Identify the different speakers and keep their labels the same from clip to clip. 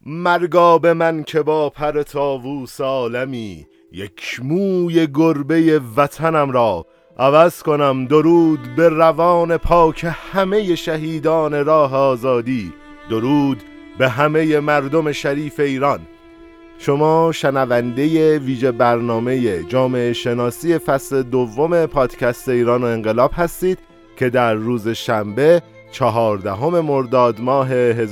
Speaker 1: مرگا به من که با پر طاووس عالمی، یک موی گربه وطنم را عوض کنم. درود به روان پاک همه شهیدان راه آزادی، درود به همه مردم شریف ایران. شما شنونده ویژه برنامه جامعه شناسی فصل دوم پادکست ایران و انقلاب هستید که در روز شنبه 14 مرداد ماه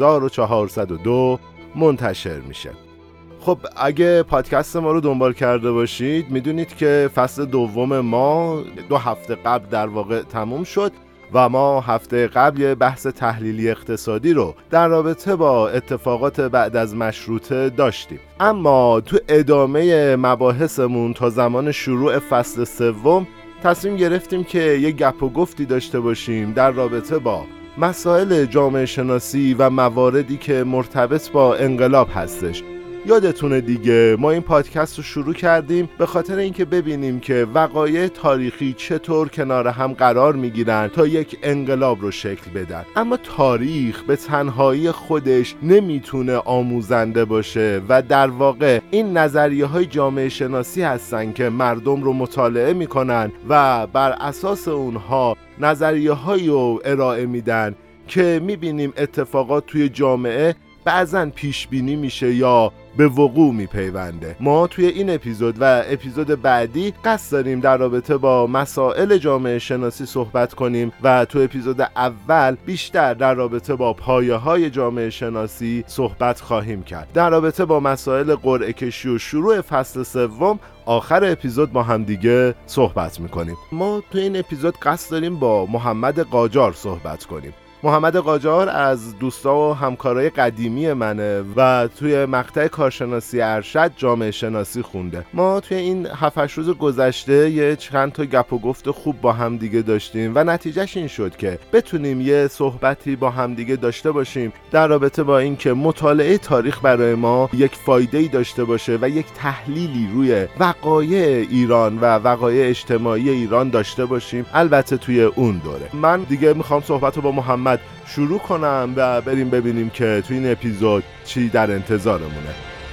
Speaker 1: 1402 منتشر میشه. خب اگه پادکست ما رو دنبال کرده باشید میدونید که فصل دوم ما 2 هفته قبل در واقع تموم شد و ما هفته قبل یه بحث تحلیلی اقتصادی رو در رابطه با اتفاقات بعد از مشروطه داشتیم. اما تو ادامه مباحثمون تا زمان شروع فصل سوم تصمیم گرفتیم که یه گپ و گفتی داشته باشیم در رابطه با مسائل جامعه شناسی و مواردی که مرتبط با انقلاب هستش. یادتونه دیگه ما این پادکست رو شروع کردیم به خاطر اینکه ببینیم که وقایع تاریخی چطور کنار هم قرار میگیرن تا یک انقلاب رو شکل بدن. اما تاریخ به تنهایی خودش نمیتونه آموزنده باشه و در واقع این نظریه های جامعه شناسی هستن که مردم رو مطالعه میکنن و بر اساس اونها نظریه هایی رو ارائه میدن که میبینیم اتفاقات توی جامعه بعضن پیش بینی میشه یا به وقوع میپیونده. ما توی این اپیزود و اپیزود بعدی قصد داریم در رابطه با مسائل جامعه شناسی صحبت کنیم و تو اپیزود اول بیشتر در رابطه با پایه‌های جامعه شناسی صحبت خواهیم کرد. در رابطه با مسائل قرعه کشی و شروع فصل سوم آخر اپیزود با هم دیگه صحبت میکنیم. ما توی این اپیزود قصد داریم با محمد قاجار صحبت کنیم. محمد قاجار از دوستا و همکارای قدیمی منه و توی مقطع کارشناسی ارشد جامعه شناسی خونده. ما توی این 7-8 روز گذشته یه چند تا گپ و گفت خوب با هم دیگه داشتیم و نتیجهش این شد که بتونیم یه صحبتی با هم دیگه داشته باشیم در رابطه با این که مطالعه تاریخ برای ما یک فایده‌ای داشته باشه و یک تحلیلی روی وقایع ایران و وقایع اجتماعی ایران داشته باشیم، البته توی اون دوره. من دیگه میخوام صحبتو با محمد شروع کنم و بریم ببینیم که توی این اپیزود چی در انتظارمونه.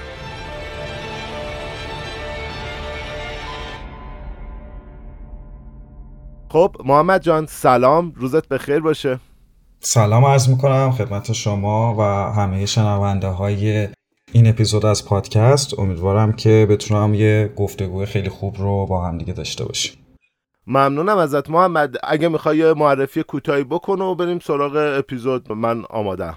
Speaker 1: خب محمد جان سلام، روزت بخیر باشه.
Speaker 2: سلام عرض میکنم خدمت شما و همه شنونده های این اپیزود از پادکست. امیدوارم که بتونم یه گفتگوی خیلی خوب رو با هم دیگه داشته باشیم.
Speaker 1: ممنونم ازت محمد. اگه میخوای یه معرفی کوتاهی بکن و بریم سراغ اپیزود، من آمادم.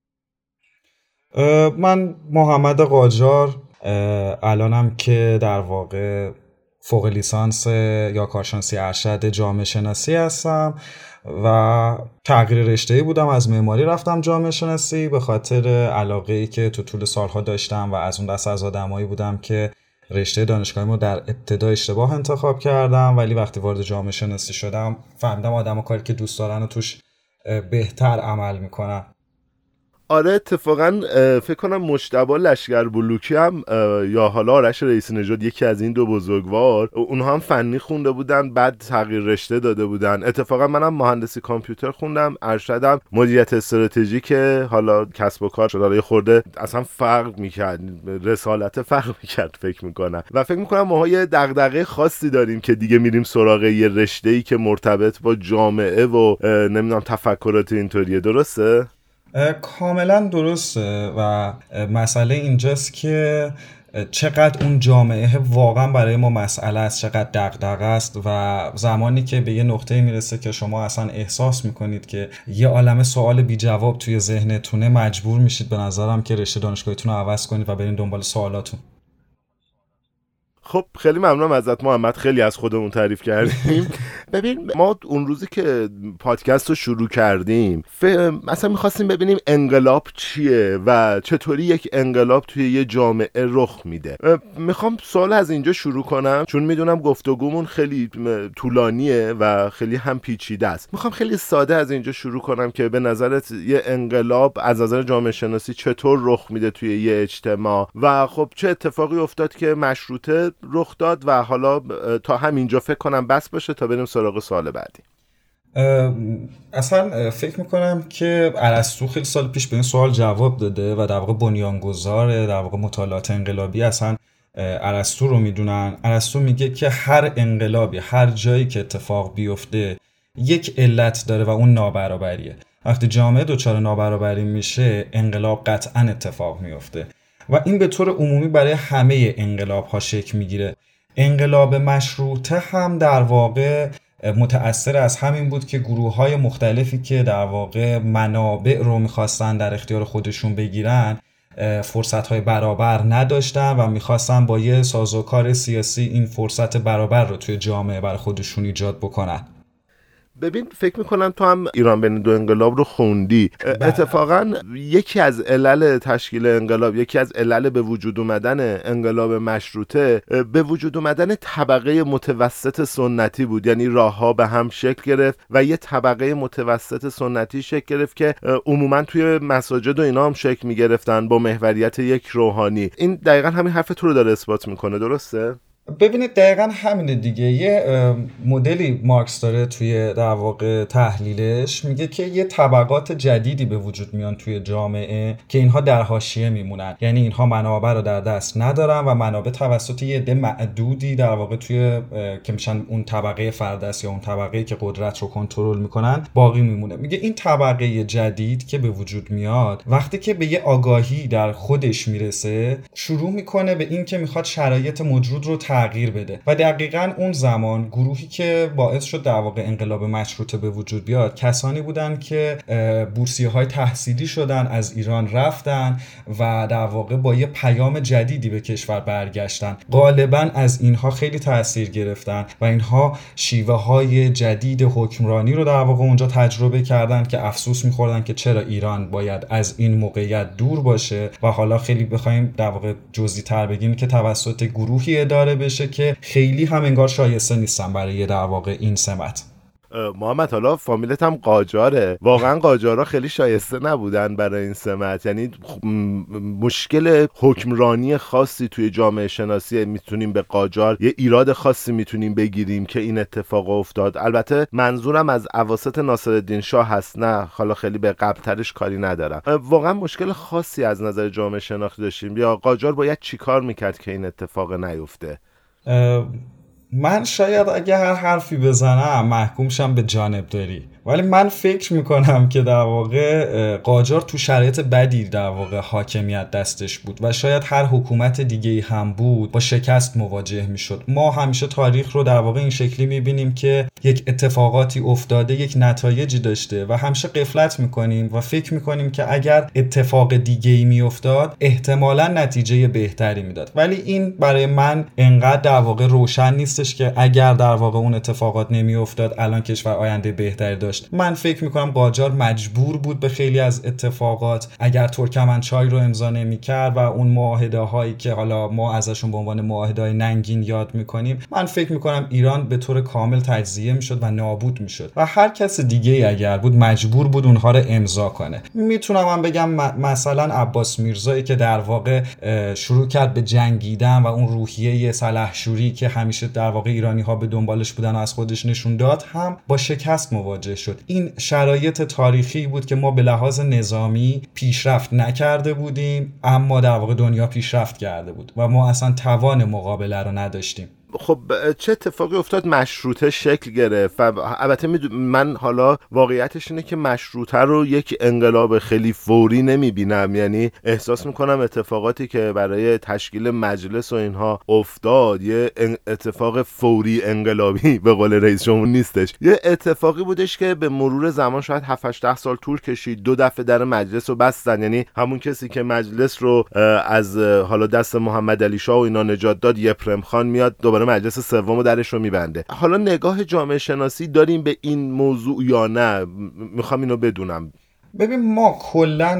Speaker 2: من محمد قاجار، الانم که در واقع فوق لیسانس یا کارشناسی ارشد جامعه شناسی هستم و تغییر رشته‌ای بودم، از معماری رفتم جامعه شناسی به خاطر علاقه‌ای که تو طول سالها داشتم و از اون دست از آدمایی بودم که رشته دانشگاهی رو در ابتدا اشتباه انتخاب کردم، ولی وقتی وارد جامعه شناسی شدم فهمیدم آدم‌ها کاری که دوست دارن و توش بهتر عمل میکنن.
Speaker 1: آره اتفاقا فکر کنم مجتبی لشکربلوکی هم یا حالا آرش رئیس نژاد، یکی از این دو بزرگوار، اونها هم فنی خونده بودن بعد تغییر رشته داده بودن. اتفاقا منم مهندسی کامپیوتر خوندم، ارشدم مدیریت استراتژیک، حالا کسب و کار شده خورده اصلا فرق میکرد، رسالت فرق میکرد فکر میکنم. و فکر میکنم ماها یه دغدغه خاصی داریم که دیگه میریم سراغ یه رشته‌ای که مرتبط با جامعه و نمیدونم تفکرات اینطوریه. درسته؟
Speaker 2: کاملا درسته و مسئله اینجاست که چقدر اون جامعه واقعا برای ما مسئله است، چقدر دغدغه است و زمانی که به یه نقطه میرسه که شما اصلا احساس میکنید که یه عالمه سوال بی جواب توی ذهنتونه، مجبور میشید به نظرم که رشته دانشگاهیتون رو عوض کنید و برید دنبال سوالاتون.
Speaker 1: خب خیلی ممنونم ازت محمد، خیلی از خودمون تعریف کردیم. ببین ما اون روزی که پادکست رو شروع کردیم مثلا میخواستیم ببینیم انقلاب چیه و چطوری یک انقلاب توی یه جامعه رخ میده. میخوام سوال از اینجا شروع کنم چون میدونم گفتگومون خیلی طولانیه و خیلی هم پیچیده است. میخوام خیلی ساده از اینجا شروع کنم که به نظرت یه انقلاب از نظر جامعه شناسی چطور رخ میده توی یه اجتماع و خب چه اتفاقی افتاد که مشروطه رخ داد و حالا تا همینجا فکر کنم بس باشه تا بریم سراغ سوال بعدی.
Speaker 2: اصلا فکر میکنم که ارسطو خیلی سال پیش به این سوال جواب داده و در واقع بنیانگذار در واقع مطالعات انقلابی اصلا ارسطو رو میدونن. ارسطو میگه که هر انقلابی، هر جایی که اتفاق بیفته یک علت داره و اون نابرابریه. وقتی جامعه دچار نابرابری میشه انقلاب قطعا اتفاق میفته و این به طور عمومی برای همه انقلاب ها شکل میگیره. انقلاب مشروطه هم در واقع متأثر از همین بود که گروه‌های مختلفی که در واقع منابع رو میخواستن در اختیار خودشون بگیرن فرصت‌های برابر نداشتن و میخواستن با یه سازوکار سیاسی این فرصت برابر رو توی جامعه برای خودشون ایجاد بکنن.
Speaker 1: ببین فکر میکنم تو هم ایران بین دو انقلاب رو خوندی. اتفاقا یکی از علل تشکیل انقلاب، یکی از علل به وجود اومدن انقلاب مشروطه به وجود اومدن طبقه متوسط سنتی بود. یعنی راهها به هم شکل گرفت و یه طبقه متوسط سنتی شکل گرفت که عموما توی مساجد و اینا هم شکل میگرفتن با محوریت یک روحانی. این دقیقا همین حرف تو رو داره اثبات میکنه، درسته؟
Speaker 2: ببینید دقیقا همینه دیگه. یه مدلی مارکس داره توی در واقع تحلیلش، میگه که یه طبقات جدیدی به وجود میان توی جامعه که اینها در حاشیه میمونن. یعنی اینها منابع رو در دست ندارن و منابع توسط یه عده معدودی در واقع توی که میشن اون طبقه فردست یا اون طبقه‌ای که قدرت رو کنترل میکنن باقی میمونه. میگه این طبقه جدید که به وجود میاد وقتی که به یه آگاهی در خودش میرسه شروع میکنه به این که میخواد شرایط موجود رو تغییر بده و دقیقاً اون زمان گروهی که باعث شد در واقع انقلاب مشروطه به وجود بیاد کسانی بودن که بورسیه‌های تحصیلی شدن، از ایران رفتن و در واقع با یه پیام جدیدی به کشور برگشتن. غالباً از اینها خیلی تأثیر گرفتن و اینها شیوه‌های جدید حکمرانی رو در واقع اونجا تجربه کردن که افسوس می‌خوردن که چرا ایران باید از این موقعیت دور باشه و حالا خیلی بخوایم در واقع جزئی‌تر بگیم که توسط گروهی اداره بشه که خیلی هم انگار شایسته نیستن برای در واقع این سمت.
Speaker 1: محمد حالا فامیلت هم قاجاره، واقعا قاجارا خیلی شایسته نبودن برای این سمت. یعنی مشکل حکمرانی خاصی توی جامعه شناسی میتونیم به قاجار یه ایراد خاصی میتونیم بگیریم که این اتفاق افتاد. البته منظورم از اواسط ناصرالدین شاه هست، نه حالا خیلی به قبل‌ترش کاری ندارم. واقعا مشکل خاصی از نظر جامعه شناختی داشتیم یا قاجار باید چیکار میکرد که این اتفاق نیفته؟
Speaker 2: من شاید اگه هر حرفی بزنم محکوم شم به جانبداری، ولی من فکر میکنم که در واقع قاجار تو شرایط بدی در واقع حاکمیت دستش بود و شاید هر حکومت دیگه‌ای هم بود با شکست مواجه میشد. ما همیشه تاریخ رو در واقع این شکلی میبینیم که یک اتفاقاتی افتاده، یک نتایجی داشته و همیشه غفلت میکنیم و فکر میکنیم که اگر اتفاق دیگه‌ای میافتاد احتمالاً نتیجه بهتری میداد، ولی این برای من انقدر در واقع روشن نیستش که اگر در واقع اون اتفاقات نمیافتاد الان کشور آینده بهتری داشت. من فکر میکنم قاجار مجبور بود به خیلی از اتفاقات. اگر ترکمنچای رو امضا نمیکرد و اون معاهده هایی که حالا ما ازشون به عنوان معاهده های ننگین یاد میکنیم، من فکر میکنم ایران به طور کامل تجزیه میشد و نابود میشد و هر کس دیگه ای اگر بود مجبور بود اونها رو امضا کنه. میتونم من بگم مثلا عباس میرزایی که در واقع شروع کرد به جنگیدن و اون روحیه سلحشوری که همیشه در واقع ایرانی ها به دنبالش بودن و از خودش نشون داد هم با شکست مواجه شد. این شرایط تاریخی بود که ما به لحاظ نظامی پیشرفت نکرده بودیم، اما در واقع دنیا پیشرفت کرده بود و ما اصلا توان مقابله رو نداشتیم.
Speaker 1: خب چه اتفاقی افتاد؟ مشروطه شکل گرفت و البته من حالا واقعیتش اینه که مشروطه رو یک انقلاب خیلی فوری نمیبینم. یعنی احساس میکنم اتفاقاتی که برای تشکیل مجلس و اینها افتاد یه اتفاق فوری انقلابی به قول رئیس جمهور نیستش. یه اتفاقی بودش که به مرور زمان شاید 7-8 سال طول کشید، 2 دفعه در مجلس رو بستن. یعنی همون کسی که مجلس رو از حالا دست محمد علی شاه و اینا نجات داد، یپرم خان میاد دوباره مجلس سوم درش رو میبنده. حالا نگاه جامعه شناسی داریم به این موضوع یا نه؟ میخوام اینو بدونم.
Speaker 2: ببین ما کلا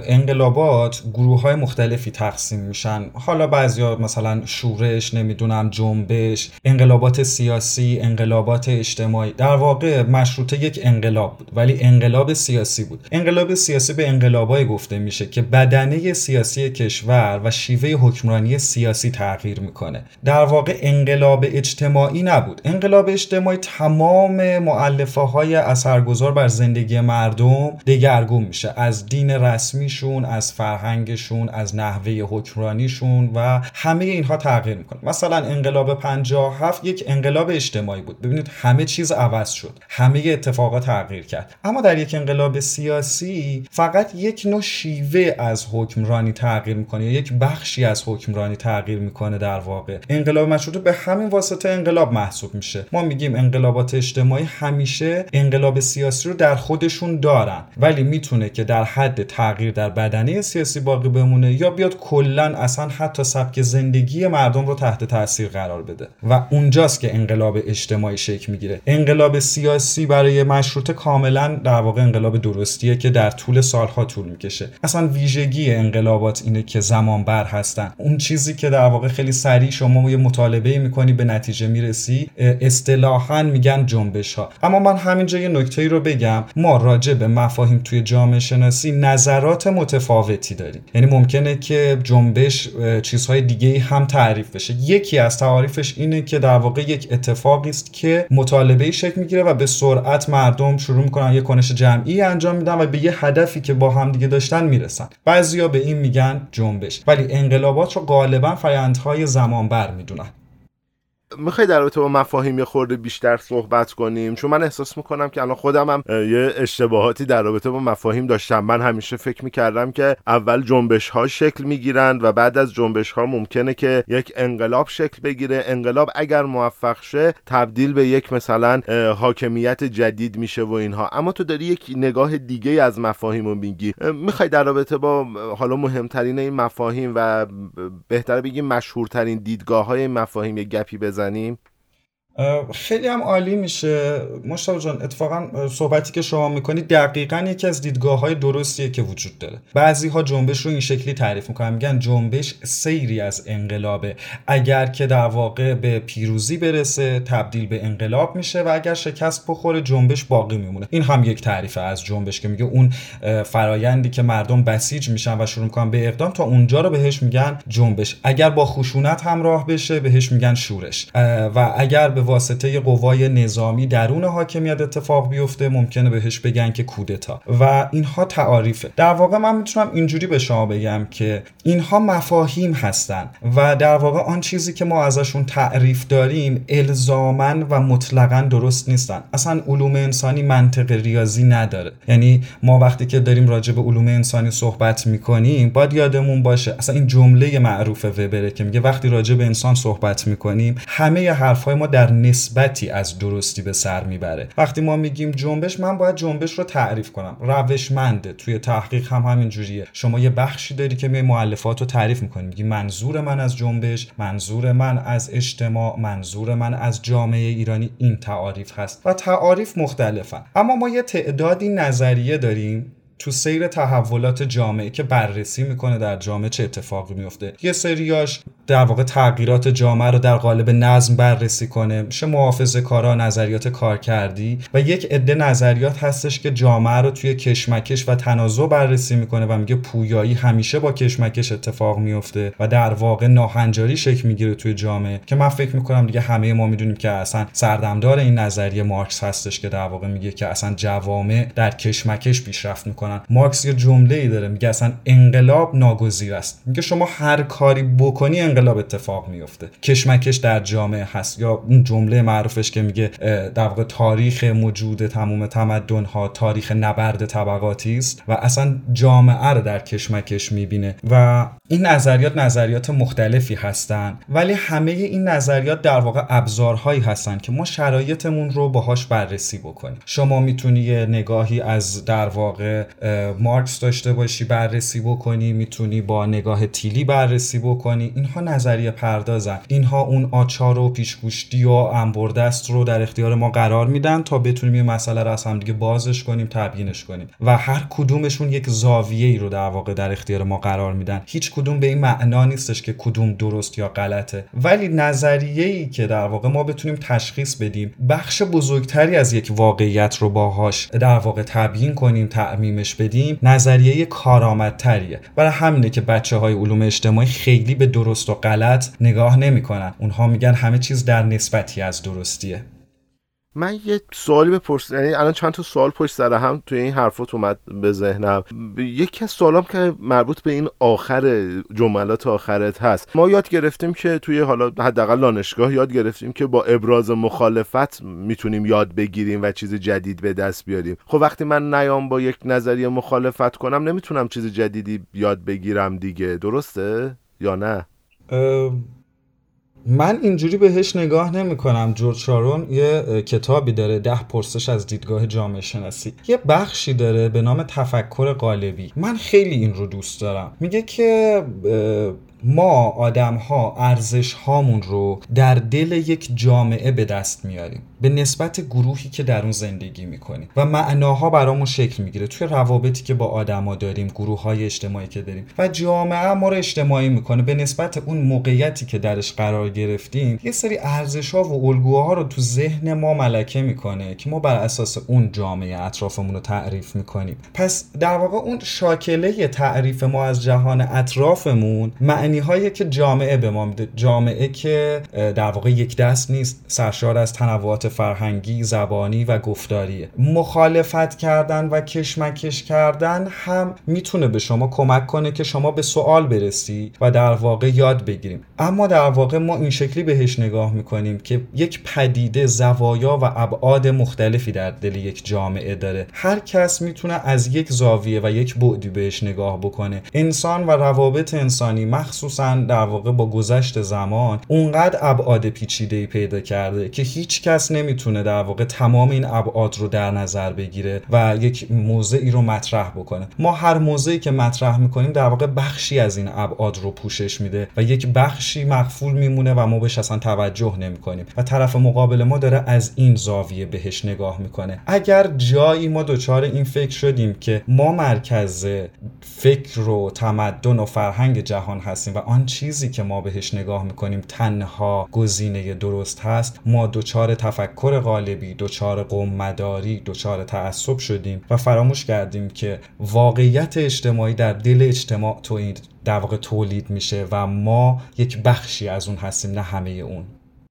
Speaker 2: انقلابات گروه‌های مختلفی تقسیم میشن. حالا بعضیا مثلا شورش، نمیدونم جنبش، انقلابات سیاسی، انقلابات اجتماعی. در واقع مشروطه یک انقلاب بود ولی انقلاب سیاسی بود. انقلاب سیاسی به انقلابای گفته میشه که بدنه سیاسی کشور و شیوه حکمرانی سیاسی تغییر میکنه. در واقع انقلاب اجتماعی نبود. انقلاب اجتماعی تمام مؤلفه‌های اثرگذار بر زندگی مردم دگرگون میشه، از دین رسمیشون، از فرهنگشون، از نحوه حکمرانیشون و همه اینها تغییر میکنه. مثلا انقلاب 57 یک انقلاب اجتماعی بود. ببینید همه چیز عوض شد، همه اتفاقات تغییر کرد. اما در یک انقلاب سیاسی فقط یک نوع شیوه از حکمرانی تغییر میکنه یا یک بخشی از حکمرانی تغییر میکنه. در واقع انقلاب مشروطه به همین واسطه انقلاب محسوب میشه. ما میگیم انقلابات اجتماعی همیشه انقلاب سیاسی رو در خودشون دارن ولی میتونه که در حد تغییر در بدنه سیاسی باقی بمونه یا بیاد کلا اصلا حتی سبک زندگی مردم رو تحت تاثیر قرار بده و اونجاست که انقلاب اجتماعی شکل میگیره. انقلاب سیاسی برای مشروطه کاملا در واقع انقلاب درستیه که در طول سالها طول میکشه. اصلا ویژگی انقلابات اینه که زمان بر هستن. اون چیزی که در واقع خیلی سریع شما یه مطالبه میکنی به نتیجه میرسی اصطلاحاً میگن جنبش ها. اما من همینجا یه نکته‌ای رو بگم، ما راجع به مفاهیم توی جامعه شناسی نظرات متفاوتی داریم. یعنی ممکنه که جنبش چیزهای دیگه هم تعریف بشه. یکی از تعاریفش اینه که در واقع یک اتفاقی است که مطالبه شکل میگیره و به سرعت مردم شروع میکنن یک کنش جمعی انجام میدن و به یه هدفی که با هم دیگه داشتن میرسن. بعضیا به این میگن جنبش، ولی انقلابات رو غالبا فرآیندهای زمان بر میدونن.
Speaker 1: میخوای در رابطه با مفاهیم یه خورده بیشتر صحبت کنیم؟ چون من احساس میکنم که الان خودم هم یه اشتباهاتی در رابطه با مفاهیم داشتم. من همیشه فکر میکردم که اول جنبش ها شکل میگیرند و بعد از جنبش ها ممکنه که یک انقلاب شکل بگیره. انقلاب اگر موفق شه تبدیل به یک مثلا حاکمیت جدید میشه و اینها. اما تو داری یک نگاه دیگه از مفاهیم رو میگی. میخوای در رابطه با حالا مهمترین این مفاهیم و بهتره بگیم مشهورترین دیدگاه های مفاهیم یه گپی بزنیم؟
Speaker 2: خیلی هم عالی میشه مشتاق جان. اتفاقا صحبتی که شما میکنی دقیقاً یکی از دیدگاه‌های درستیه که وجود داره. بعضی‌ها جنبش رو این شکلی تعریف میکنن، میگن جنبش سیری از انقلابه. اگر که در واقع به پیروزی برسه تبدیل به انقلاب میشه و اگر شکست بخوره جنبش باقی میمونه. این هم یک تعریف از جنبش که میگه اون فرایندی که مردم بسیج میشن و شروع میکنن به اقدام تا اونجا رو بهش میگن جنبش. اگر با خشونت همراه بشه بهش میگن شورش و اگر به واسطه قوای نظامی درون حاکمیت اتفاق بیفته ممکنه بهش بگن که کودتا و اینها تعاریفه. در واقع من میتونم اینجوری به شما بگم که اینها مفاهیم هستن و در واقع آن چیزی که ما ازشون تعریف داریم الزاماً و مطلقاً درست نیستن. اصلا علوم انسانی منطق ریاضی نداره. یعنی ما وقتی که داریم راجع به علوم انسانی صحبت میکنیم باید یادمون باشه اصلا این جمله معروف وبره که میگه وقتی راجع به انسان صحبت میکنیم همه حرفای ما در نسبتی از درستی به سر میبره. وقتی ما میگیم جنبش من باید جنبش رو تعریف کنم، روشمنده. توی تحقیق هم همین جوریه. شما یه بخشی داری که می مؤلفات رو تعریف میکنی، میگی منظور من از جنبش، منظور من از اجتماع، منظور من از جامعه ایرانی این تعاریف هست و تعاریف مختلفن. اما ما یه تعدادی نظریه داریم تو سیر تحولات جامعه که بررسی میکنه در جامعه چه اتفاقی میفته. یه سریاش در واقع تغییرات جامعه رو در قالب نظم بررسی کنه، میشه محافظه‌کارا، نظریات کارکردی، و یک عده نظریات هستش که جامعه رو توی کشمکش و تنازع بررسی میکنه و میگه پویایی همیشه با کشمکش اتفاق میفته و در واقع ناهنجاری شکل میگیره توی جامعه، که من فکر میکنم دیگه همه ما میدونیم که اصلا سردمدار این نظریه مارکس هستش که در واقع میگه که اصلا جوامع در کشمکش پیشرفت میکنن. مارکس یه جمله‌ای داره میگه اصلا انقلاب ناگزیر است. میگه شما هر کاری بکنی انقلاب اتفاق میفته. کشمکش در جامعه هست. یا اون جمله معروفش که میگه در واقع تاریخ موجود تمام تمدن‌ها تاریخ نبرد طبقاتی است و اصلا جامعه رو در کشمکش میبینه. و این نظریات مختلفی هستن، ولی همه این نظریات در واقع ابزارهایی هستن که ما شرایطمون رو باهاش بررسی بکنیم. شما میتونی یه نگاهی از در واقع مارکس داشته باشی، بررسی بکنی، میتونی با نگاه تیلی بررسی بکنی. اینها نظریه پردازن. اینها اون آچار و پیشگوشتی و انبردست رو در اختیار ما قرار میدن تا بتونیم این مسئله رو از هم دیگه بازش کنیم، تبیینش کنیم و هر کدومشون یک زاویه‌ای رو در واقع در اختیار ما قرار میدن. هیچ کدوم به این معنا نیستش که کدوم درست یا غلطه، ولی نظریه‌ای که در واقع ما بتونیم تشخیص بدیم، بخش بزرگتری از یک واقعیت رو باهاش در واقع تبیین کنیم، تعمیمش بدیم، نظریه کارآمدتریه. برای همینه که بچه‌های علوم اجتماعی خیلی به درست و غلط نگاه نمی‌کنن. اونها میگن همه چیز در نسبتی از درستیه.
Speaker 1: من یه سوالی بپرسم، یعنی الان چند تا سوال پشت سر هم توی این حرفات اومد به ذهنم. یکی از سوالام که مربوط به این آخر جملات آخرت هست. ما یاد گرفتیم که توی حالا حداقل دانشگاه یاد گرفتیم که با ابراز مخالفت میتونیم یاد بگیریم و چیز جدید به دست بیاریم. خب وقتی من نیام با یک نظریه مخالفت کنم نمیتونم چیز جدیدی یاد بگیرم دیگه، درسته یا نه؟
Speaker 2: من اینجوری بهش نگاه نمی کنم. جورج شارون یه کتابی داره، 10 پرسش از دیدگاه جامعه شناسی. یه بخشی داره به نام تفکر قالبی. من خیلی این رو دوست دارم. میگه که ما آدم‌ها ارزش هامون رو در دل یک جامعه به دست میاریم به نسبت گروهی که در اون زندگی میکنیم و معناها برامون شکل میگیره توی روابطی که با آدما داریم، گروه‌های اجتماعی که داریم و جامعه ما رو اجتماعی میکنه. به نسبت اون موقعیتی که درش قرار گرفتیم یه سری ارزش‌ها و الگوها رو تو ذهن ما ملکه میکنه که ما بر اساس اون جامعه اطرافمون رو تعریف میکنیم. پس در واقع اون شاکله تعریف ما از جهان اطرافمون معنی‌هایی که جامعه به ما میده، جامعه که در واقع یک دست نیست، سرشار از تنوعات فرهنگی، زبانی و گفتاریه. مخالفت کردن و کشمکش کردن هم میتونه به شما کمک کنه که شما به سوال برسی و در واقع یاد بگیریم. اما در واقع ما این شکلی بهش نگاه میکنیم که یک پدیده زوایا و ابعاد مختلفی در دل یک جامعه داره. هر کس میتونه از یک زاویه و یک بعدی بهش نگاه بکنه. انسان و روابط انسانی مخصوصاً در واقع با گذشت زمان اونقدر ابعاد پیچیده‌ای پیدا کرده که هیچ کس نمیتونه در واقع تمام این ابعاد رو در نظر بگیره و یک موضعی رو مطرح بکنه. ما هر موضعی که مطرح میکنیم در واقع بخشی از این ابعاد رو پوشش میده و یک بخشی مغفول میمونه و ما بهش اصلا توجه نمیکنیم و طرف مقابل ما داره از این زاویه بهش نگاه میکنه. اگر جایی ما دچار این فکر شدیم که ما مرکز فکر و تمدن و فرهنگ جهان هستیم و آن چیزی که ما بهش نگاه میکنیم تنها گزینه درست هست، ما دچار تفکر قالبی، دچار قوم‌مداری، دچار تعصب شدیم و فراموش کردیم که واقعیت اجتماعی در دل اجتماع در واقع تولید میشه و ما یک بخشی از اون هستیم، نه همه اون.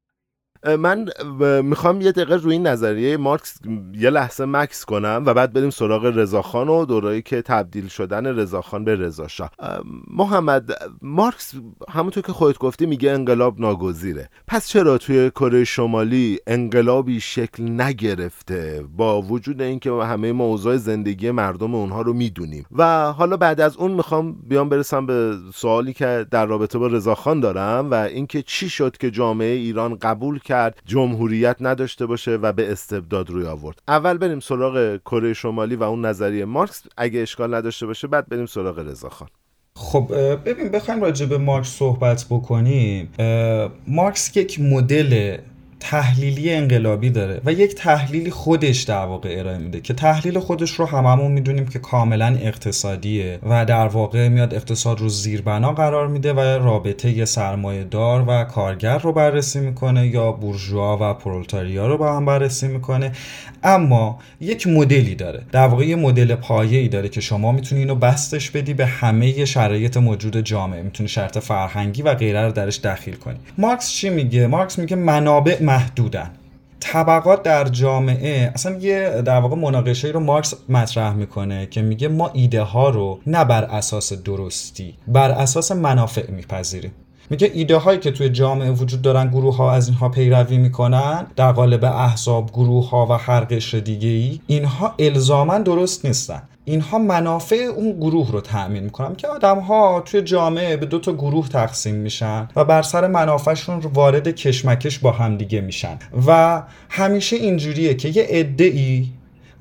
Speaker 1: من میخوام یه دقیقه روی این نظریه مارکس یه لحظه مکس کنم و بعد بریم سراغ رضاخان و دورایی که تبدیل شدن رضاخان به رضاشاه. محمد، مارکس همونطور که خودت گفتی میگه انقلاب ناگزیره. پس چرا توی کره شمالی انقلابی شکل نگرفته با وجود اینکه همه ما اوضاع زندگی مردم اونها رو میدونیم؟ و حالا بعد از اون میخوام برسم به سوالی که در رابطه با رضاخان دارم و اینکه چی شد که جامعه ایران قبول کرد جمهوریت نداشته باشه و به استبداد روی آورد. اول بریم سراغ کره شمالی و اون نظریه مارکس اگه اشکال نداشته باشه، بعد بریم سراغ رضاخان.
Speaker 2: خب ببین، بخوایم راجع به مارکس صحبت بکنیم، مارکس یک مدل تحلیلی انقلابی داره و یک تحلیلی خودش در واقع ارائه میده که تحلیل خودش رو هممون میدونیم که کاملا اقتصادیه و در واقع میاد اقتصاد رو زیربنا قرار میده و رابطه سرمایه دار و کارگر رو بررسی میکنه یا بورژوا و پرولتاریا رو با هم بررسی میکنه. اما یک مدلی داره، در واقع یه مدل پایه‌ای داره که شما میتونی اینو بستش بدی به همه شرایط موجود جامعه، میتونی شرط فرهنگی و غیره رو درش دخیل کنی. مارکس چی میگه؟ مارکس میگه منابع محدودن، طبقات در جامعه. اصلا یه در واقع مناقشه‌ای رو مارکس مطرح میکنه که میگه ما ایده ها رو نه بر اساس درستی، بر اساس منافع میپذیریم. میگه ایده هایی که توی جامعه وجود دارن، گروه ها از اینها پیروی میکنن در قالب احزاب، گروه ها و هر قشر دیگه‌ای، اینها الزاماً درست نیستن. اینها منافع اون گروه رو تأمین میکنن که آدم ها توی جامعه به 2 تا گروه تقسیم میشن و بر سر منافعشون وارد کشمکش با هم دیگه میشن و همیشه اینجوریه که یه عده‌ای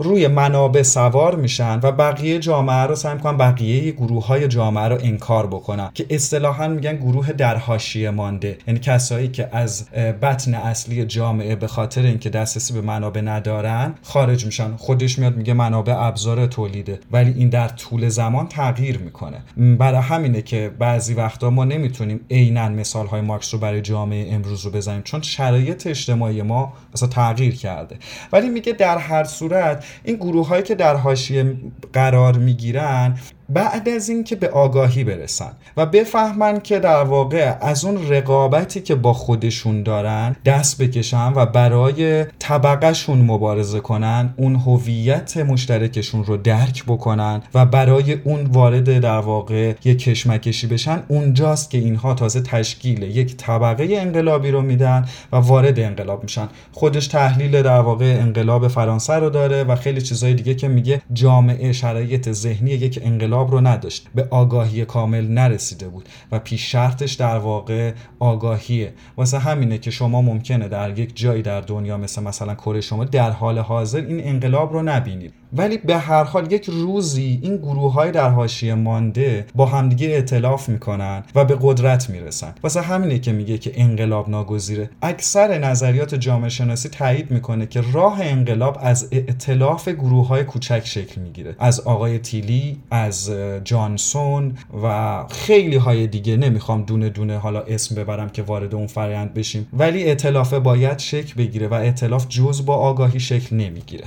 Speaker 2: روی منابع سوار میشن و بقیه جامعه رو سعی میکنن، بقیه گروه‌های جامعه رو انکار بکنن که اصطلاحاً میگن گروه در حاشیه مانده، یعنی کسایی که از بطن اصلی جامعه به خاطر اینکه دسترسی به منابع ندارن خارج میشن. خودش میاد میگه منابع ابزار تولیده، ولی این در طول زمان تغییر میکنه. برای همینه که بعضی وقتا ما نمیتونیم عیناً مثال‌های مارکس رو برای جامعه امروز رو بزنیم، چون شرایط اجتماعی ما مثلا تغییر کرده. ولی میگه در هر صورت این گروه‌هایی که در حاشیه قرار میگیرن بعد از این که به آگاهی برسن و بفهمن که در واقع از اون رقابتی که با خودشون دارن دست بکشن و برای طبقهشون مبارزه کنن، اون هویت مشترکشون رو درک بکنن و برای اون وارد در واقع یک کشمکشی بشن، اونجاست که اینها تازه تشکیل یک طبقه انقلابی رو میدن و وارد انقلاب میشن. خودش تحلیل در واقع انقلاب فرانسه رو داره و خیلی چیزای دیگه که میگه جامعه شرایط ذهنی یک انقلاب رو نداشت، به آگاهی کامل نرسیده بود و پیش شرطش در واقع آگاهیه. واسه همینه که شما ممکنه در یک جایی در دنیا مثلا کره شما در حال حاضر این انقلاب رو نبینید، ولی به هر حال یک روزی این گروه‌های در حاشیه مانده با همدیگه ائتلاف میکنن و به قدرت میرسن. واسه همینه که میگه که انقلاب ناگزیره. اکثر نظریات جامعه شناسی تایید میکنه که راه انقلاب از ائتلاف گروه‌های کوچک شکل میگیره، از آقای تیلی، از جانسون و خیلی های دیگه. نمیخوام دونه دونه حالا اسم ببرم که وارد اون فرآیند بشیم، ولی ائتلاف باید شکل بگیره و ائتلاف جز با آگاهی شکل نمیگیره.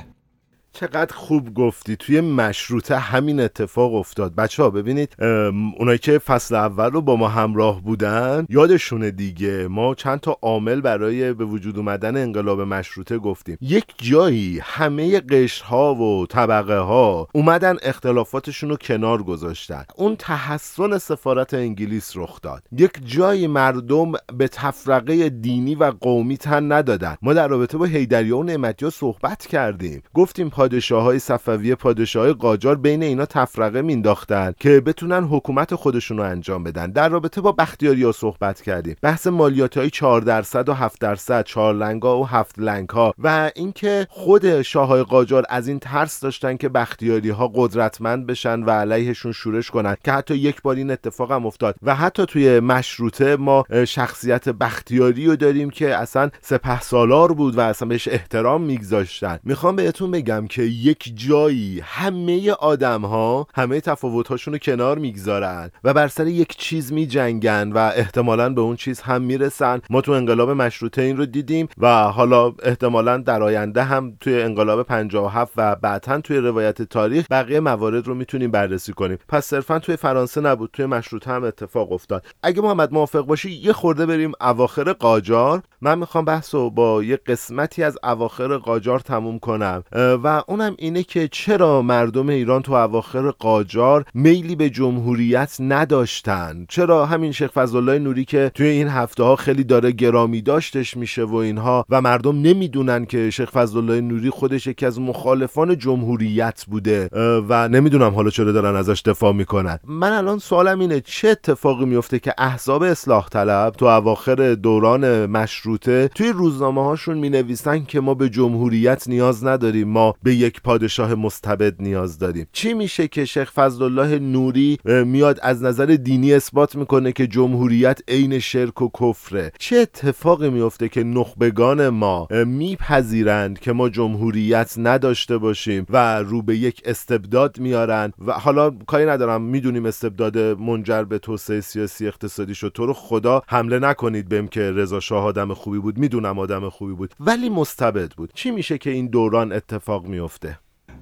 Speaker 1: چقدر خوب گفتی. توی مشروطه همین اتفاق افتاد. بچه‌ها ببینید، اونایی که فصل اول رو با ما همراه بودن یادشونه دیگه، ما چند تا عامل برای به وجود اومدن انقلاب مشروطه گفتیم. یک جایی همه قشرها و طبقه ها اومدن اختلافاتشون رو کنار گذاشتن. اون تحسن سفارت انگلیس رخ داد. یک جایی مردم به تفرقه دینی و قومی تن ندادن. ما در رابطه با حیدریه و نعمتی‌ها صحبت کردیم، گفتیم پادشاه‌های صفویه، پادشاه‌های قاجار بین اینا تفرقه مینداختن که بتونن حکومت خودشون رو انجام بدن. در رابطه با بختیاری‌ها صحبت کردیم، بحث مالیات‌های 4% و 7%، 4 لنگ‌ها و 7 لنگ‌ها، و اینکه خود شاه‌های قاجار از این ترس داشتن که بختیاری‌ها قدرتمند بشن و علیهشون شورش کنن، که حتی یک بار این اتفاق هم افتاد. و حتی توی مشروطه ما شخصیت بختیاری رو داریم که اصلا سپهسالار بود و اصلا بهش احترام میگذاشتن. میخوام بهتون بگم که یک جایی همه آدم‌ها همه تفاوت‌هاشون رو کنار میگذارن و بر سر یک چیز میجنگن و احتمالاً به اون چیز هم میرسن. ما تو انقلاب مشروطه این رو دیدیم و حالا احتمالاً در آینده هم توی انقلاب 57 و بعداً توی روایت تاریخ بقیه موارد رو میتونیم بررسی کنیم. پس صرفاً توی فرانسه نبود، توی مشروطه هم اتفاق افتاد. اگه محمد موافق باشی یه خورده بریم اواخر قاجار. من میخوام بحثو با یه قسمتی از اواخر قاجار تموم کنم و اونم اینه که چرا مردم ایران تو اواخر قاجار میلی به جمهوریت نداشتن. چرا همین شیخ فضلالله نوری که توی این هفته ها خیلی داره گرامی داشتش میشه و اینها، و مردم نمیدونن که شیخ فضلالله نوری خودش یکی از مخالفان جمهوریت بوده و نمیدونم حالا چرا دارن ازش دفاع میکنن. من الان سوالم اینه چه اتفاقی میفته که احزاب اصلاح طلب تو اواخر دوران مشروطه توی روزنامه هاشون مینویسن که ما به جمهوریت نیاز نداریم، ما به یک پادشاه مستبد نیاز داریم؟ چی میشه که شیخ فضلالله نوری میاد از نظر دینی اثبات میکنه که جمهوریت عین شرک و کفره؟ چه اتفاقی میفته که نخبگان ما میپذیرند که ما جمهوریت نداشته باشیم و رو به یک استبداد میارن؟ و حالا کاری ندارم، میدونیم استبداد منجر به توسعه سیاسی اقتصادی شد، تو رو خدا حمله نکنید بهم که رضا شاه آدم خوبی بود، میدونم آدم خوبی بود ولی مستبد بود. چی میشه که این دوران اتفاق میفته؟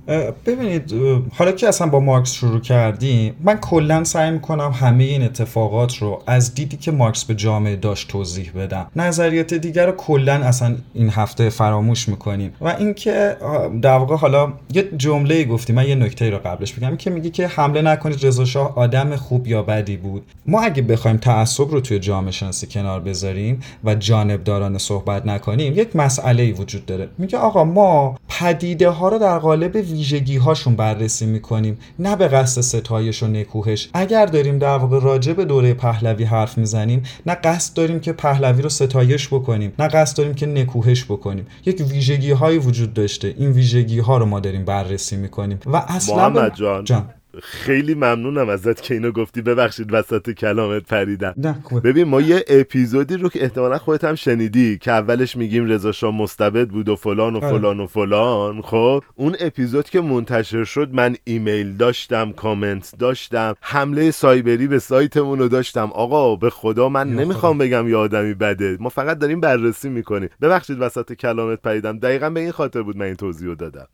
Speaker 2: ببینید، حالا که اصلا با مارکس شروع کردیم، من کلا سعی میکنم همه این اتفاقات رو از دیدی که مارکس به جامعه داشت توضیح بدم. نظریات دیگر رو کلا اصلا این هفته فراموش میکنیم. و اینکه در واقع حالا یه جمله گفتیم، من یه نکته رو قبلش بگم که میگه که حمله نکنید رضا شاه آدم خوب یا بدی بود. ما اگه بخوایم تعصب رو توی جامعه شناسی کنار بذاریم و جانبدارانه صحبت نکنیم، یک مسئله‌ای وجود داره. میگه آقا ما پدیده ها رو در قالب ویژگی هاشون بررسی میکنیم، نه به قصد ستایش و نکوهش. اگر داریم در واقع راجع به دوره پهلوی حرف میزنیم، نه قصد داریم که پهلوی رو ستایش بکنیم، نه قصد داریم که نکوهش بکنیم. یک ویژگی هایی وجود داشته، این ویژگی ها رو ما داریم بررسی میکنیم. و اصلا
Speaker 1: محمد جان خیلی ممنونم ازت که اینو گفتی، ببخشید وسط کلامت پریدم. ببین ما یه اپیزودی رو که احتمالا خودت هم شنیدی که اولش میگیم رضا شاه مستبد بود و فلان و فلان و فلان، خب اون اپیزود که منتشر شد من ایمیل داشتم، کامنت داشتم، حمله سایبری به سایتمون رو داشتم. آقا به خدا من نمیخوام بگم یه آدمی بده، ما فقط داریم بررسی میکنیم. ببخشید وسط کلامت پریدم، دقیقاً به این خاطر بود من این توضیح رو دادم.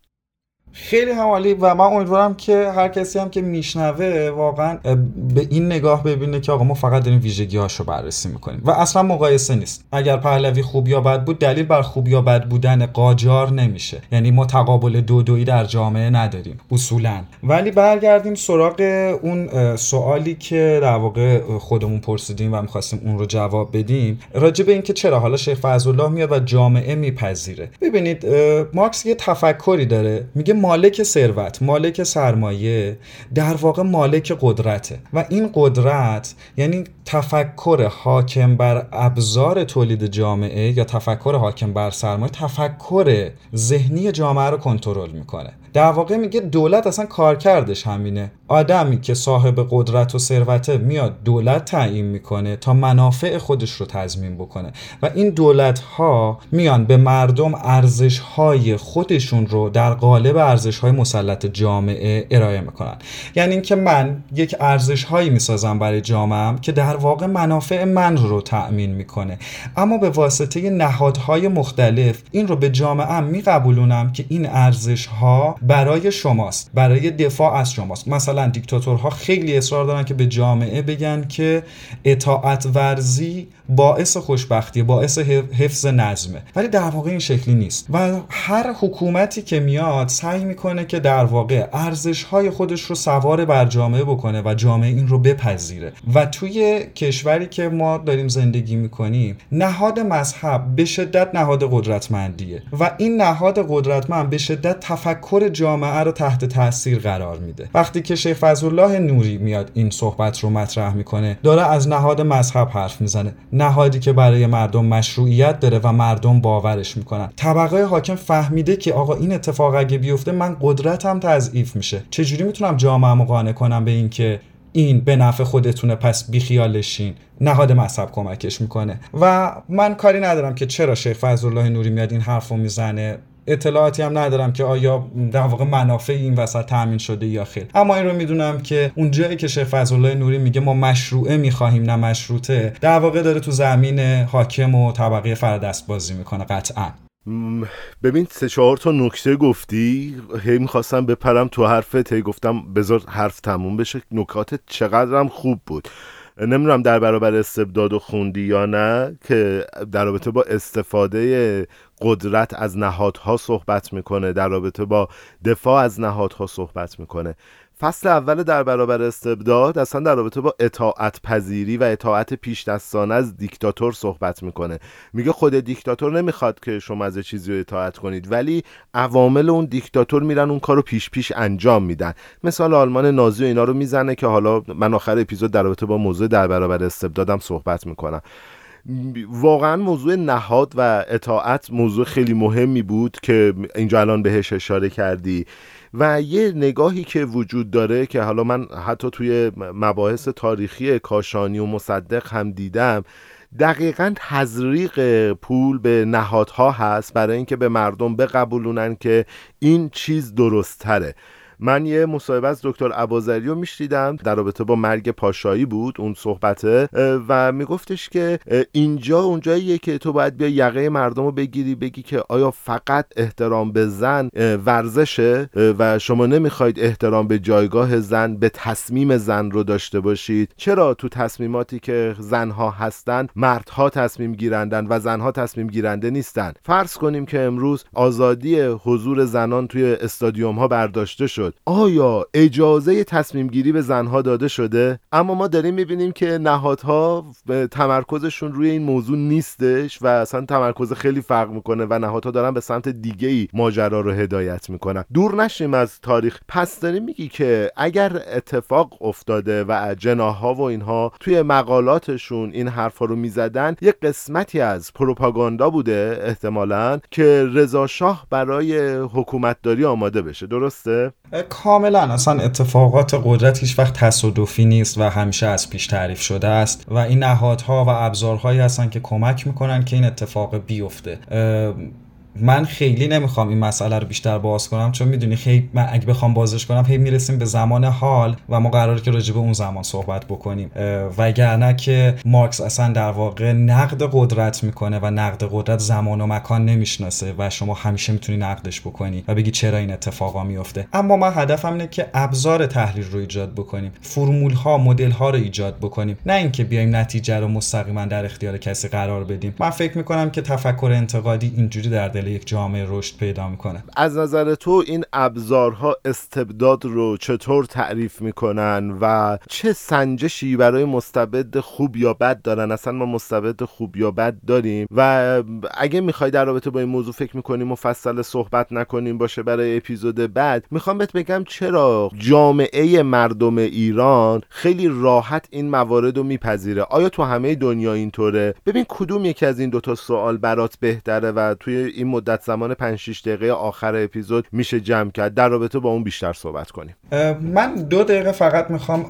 Speaker 2: خیلی همالی و من امیدوارم که هر کسی هم که میشنوه واقعا به این نگاه ببینه که آقا ما فقط داریم ویژگی‌هاشو بررسی میکنیم و اصلا مقایسه نیست. اگر پهلوی خوب یا بد بود دلیل بر خوب یا بد بودن قاجار نمیشه، یعنی ما تقابل دودویی در جامعه نداریم اصولا. ولی برگردیم سراغ اون سوالی که در واقع خودمون پرسیدیم و می‌خواستیم اون رو جواب بدیم راجع به اینکه چرا حالا شیخ فضلالله میاد و جامعه میپذیره. ببینید مارکس یه تفکری داره، میگه مالک ثروت، مالک سرمایه در واقع مالک قدرته و این قدرت یعنی تفکر حاکم بر ابزار تولید جامعه یا تفکر حاکم بر سرمایه تفکر ذهنی جامعه رو کنترل میکنه. در واقع میگه دولت اصلا کارکردش همینه. آدمی که صاحب قدرت و ثروته میاد دولت تعیین میکنه تا منافع خودش رو تضمین بکنه و این دولت ها میان به مردم ارزش های خودشون رو در قالب ارزش های مسلط جامعه ارائه میکنن. یعنی اینکه من یک ارزش هایی میسازم برای جامعه‌ام که در واقع منافع من رو تأمین میکنه، اما به واسطه نهادهای مختلف این رو به جامعه‌ام میقبولونم که این ارزش ها برای شماست، برای دفاع از شماست. مثلا دیکتاتورها خیلی اصرار دارن که به جامعه بگن که اطاعت ورزی باعث خوشبختی، باعث حفظ نظمه، ولی در واقع این شکلی نیست و هر حکومتی که میاد سعی میکنه که در واقع ارزش‌های خودش رو سوار بر جامعه بکنه و جامعه این رو بپذیره. و توی کشوری که ما داریم زندگی میکنیم نهاد مذهب به شدت نهاد قدرتمندیه و این نهاد قدرتمند به شدت تفکر جامعه رو تحت تاثیر قرار میده. وقتی که شیخ فضلالله نوری میاد این صحبت رو مطرح میکنه داره از نهاد مذهب حرف میزنه، نهادی که برای مردم مشروعیت داره و مردم باورش میکنن. طبقه حاکم فهمیده که آقا این اتفاق اگه بیفته من قدرتم تضعیف میشه، چجوری میتونم جامعه‌مو قانع کنم به این که این به نفع خودتونه پس بیخیالشین؟ نهاد مذهب کمکش میکنه. و من کاری ندارم که چرا شیخ فضلالله نوری میاد این حرفو میزنه، اطلاعاتی هم ندارم که آیا در واقع منافع این وسط تامین شده یا خیر، اما این رو میدونم که اون جایی که شیخ فضلالله نوری میگه ما مشروعه میخواهیم نه مشروطه، در واقع داره تو زمین حاکم و طبقه فردست بازی میکنه قطعا.
Speaker 1: ببین 3-4 تا نکته گفتی، هی میخواستم بپرم تو حرفت، هی گفتم بذار حرف تموم بشه. نکاتت چقدرم خوب بود. نمیدونم در برابر استبداد و خوندی یا نه که در رابطه با استفاده قدرت از نهادها صحبت میکنه، در رابطه با دفاع از نهادها صحبت میکنه. فصل اول در برابر استبداد اصلا در رابطه با اطاعت پذیری و اطاعت پیش دستانه از دیکتاتور صحبت میکنه. میگه خود دیکتاتور نمیخواد که شما از چیزی رو اطاعت کنید، ولی عوامل اون دیکتاتور میرن اون کارو پیش انجام میدن. مثال آلمان نازی و اینا رو میزنه که حالا من آخر اپیزود در رابطه با موضوع در برابر استبدادم صحبت میکنم. واقعا موضوع نهاد و اطاعت موضوع خیلی مهمی بود که اینجا الان بهش اشاره کردی و یه نگاهی که وجود داره که حالا من حتی توی مباحث تاریخی کاشانی و مصدق هم دیدم، دقیقاً تزریق پول به نهادها هست برای اینکه به مردم بقبولونن که این چیز درست تره. من یه مصاحبه از دکتر اباظریو میشنیدم در رابطه با مرگ پاشایی بود اون صحبته و میگفتش که اینجا اونجاییه که تو باید بیا یقه مردم رو بگیری، بگی که آیا فقط احترام به زن ورزشه و شما نمیخواید احترام به جایگاه زن، به تصمیم زن رو داشته باشید؟ چرا تو تصمیماتی که زنها هستن مردها تصمیم گیرندن و زنها تصمیم گیرنده نیستن؟ فرض کنیم که امروز آزادی حضور زنان توی استادیوم ها برداشته شد، شد، آیا اجازه تصمیم گیری به زنها داده شده؟ اما ما داریم میبینیم که نهادها تمرکزشون روی این موضوع نیستش و اصلا تمرکز خیلی فرق میکنه و نهادها دارن به سمت دیگه‌ای ماجرا رو هدایت میکنن. دور نشیم از تاریخ. پس داریم میگی که اگر اتفاق افتاده و جناح‌ها و اینها توی مقالاتشون این حرفا رو میزدن، یه قسمتی از پروپاگاندا بوده احتمالاً که رضا شاه برای حکومتداری آماده بشه. درسته؟
Speaker 2: کاملا. اصلا اتفاقات قدرت هیچ وقت تصادفی نیست و همیشه از پیش تعریف شده است و این نهادها و ابزارهایی هستن که کمک میکنن که این اتفاق بیفته. من خیلی نمیخوام این مسئله رو بیشتر باز کنم، چون میدونی خیلی من اگه بخوام بازش کنم هی میرسیم به زمان حال و ما قراره که راجع به اون زمان صحبت بکنیم، وگرنه که مارکس اصلا در واقع نقد قدرت میکنه و نقد قدرت زمان و مکان نمیشناسه و شما همیشه میتونی نقدش بکنی و بگی چرا این اتفاقا میفته. اما من هدفم اینه که ابزار تحلیل رو ایجاد بکنیم، فرمول ها، مدل ها رو ایجاد بکنیم، نه اینکه بیایم نتیجه رو مستقیما در اختیار کسی قرار بدیم. من فکر میکنم که تفکر انتقادی اینجوری در دل یک جامعه رشد پیدا میکنه.
Speaker 1: از نظر تو این ابزارها استبداد رو چطور تعریف میکنن و چه سنجشی برای مستبد خوب یا بد دارن؟ اصلا ما مستبد خوب یا بد داریم و اگه میخوای در رابطه با این موضوع فکر میکنیم مفصل صحبت نکنیم باشه برای اپیزود بعد، میخوام بهت بگم چرا جامعه مردم ایران خیلی راحت این موارد رو میپذیره. آیا تو همه دنیا اینطوره؟ ببین کدوم یکی از این دوتا سوال برات بهتره و توی این مدت زمان 5-6 دقیقه آخر اپیزود میشه جمع کرد. در رابطه با اون بیشتر صحبت کنیم.
Speaker 2: من 2 دقیقه فقط میخوام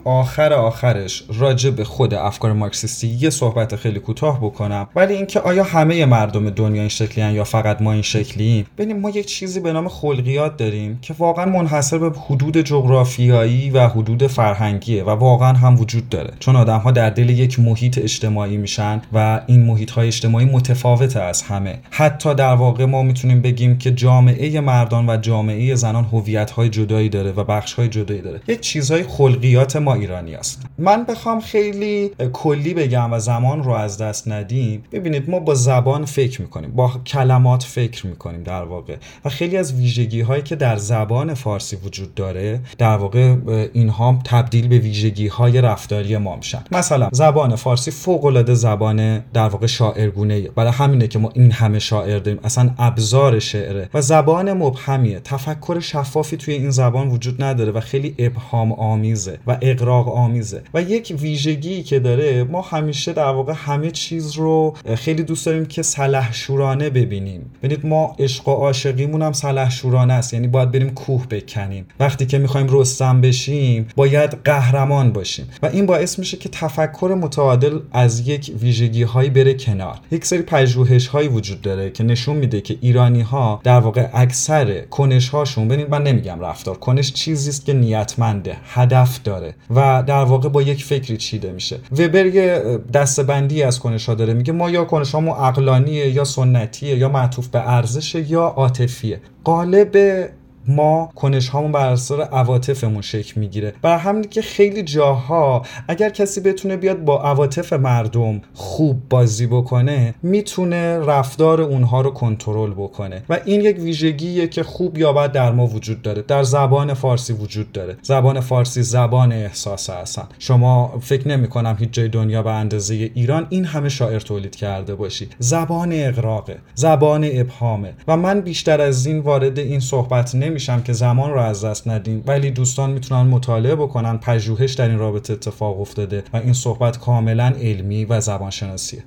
Speaker 2: آخرش راجع به خود افکار مارکسیستی یه صحبت خیلی کوتاه بکنم، ولی اینکه آیا همه مردم دنیا این شکلی هن یا فقط ما این شکلیم؟ ببینیم ما یک چیزی به نام خلقیات داریم که واقعا منحصر به حدود جغرافیایی و حدود فرهنگیه و واقعا هم وجود داره، چون آدم‌ها در دل یک محیط اجتماعی میشن و این محیط‌های اجتماعی متفاوته از همه. حتی در واقع ما میتونیم بگیم که جامعه مردان و جامعه زنان هویت‌های جدایی داره و بخش‌های جدایی داره. یک چیزهای خلقیات ما ایرانی است. من بخوام خیلی کلی بگم و زمان رو از دست ندیم، ببینید ما با زبان فکر میکنیم، با کلمات فکر میکنیم در واقع، و خیلی از ویژگی‌هایی که در زبان فارسی وجود داره در واقع اینها تبدیل به ویژگی‌های رفتاری ما میشن. مثلا زبان فارسی فوق‌العاده زبان در واقع شاعرگونه‌ایه، برای همینه که ما این همه شاعر داریم. اصلا ابزار شعره و زبان مبهمیه، تفکر شفافی توی این زبان وجود نداره و خیلی ابهام آمیزه و اغراق آمیزه. و یک ویژگی که داره، ما همیشه در واقع همه چیز رو خیلی دوست داریم که سلحشورانه ببینیم. ببینید ما عشق و عاشقیمون هم سلحشورانه است، یعنی باید بریم کوه بکنیم. وقتی که میخوایم رستم بشیم باید قهرمان باشیم و این باعث میشه که تفکر متعادل از یک ویژگی‌هایی بره کنار. یک سری پژوهش‌هایی وجود داره که نشون میده که ایرانی‌ها در واقع اکثر کنش‌هاشون، ببینید من نمیگم رفتار، کنش چیزی است که نیتمنده، هدف داره و در واقع با یک فکری چیده میشه. وبر یه دسته‌بندی از کنش‌ها داره، میگه ما یا کنش‌هامون عقلانیه یا سنتیه یا معطوف به ارزش یا عاطفیه. غالب ما کنش هامون بر اساس عواطفمون شکل میگیره. برای همین که خیلی جاها اگر کسی بتونه بیاد با عواطف مردم خوب بازی بکنه، میتونه رفتار اونها رو کنترل بکنه و این یک ویژگیه که خوب یا بد در ما وجود داره. در زبان فارسی وجود داره. زبان فارسی زبان احساس هستن. شما فکر نمی کنم هیچ جای دنیا به اندازه ایران این همه شاعر تولید کرده باشی. زبان اغراقه، زبان ابهامه و من بیشتر از این وارد این صحبت میشم که زمان رو از دست ندیم، ولی دوستان میتونن مطالعه بکنن، پژوهش در این رابطه اتفاق افتاده و این صحبت کاملا علمی و زبانشناسیه.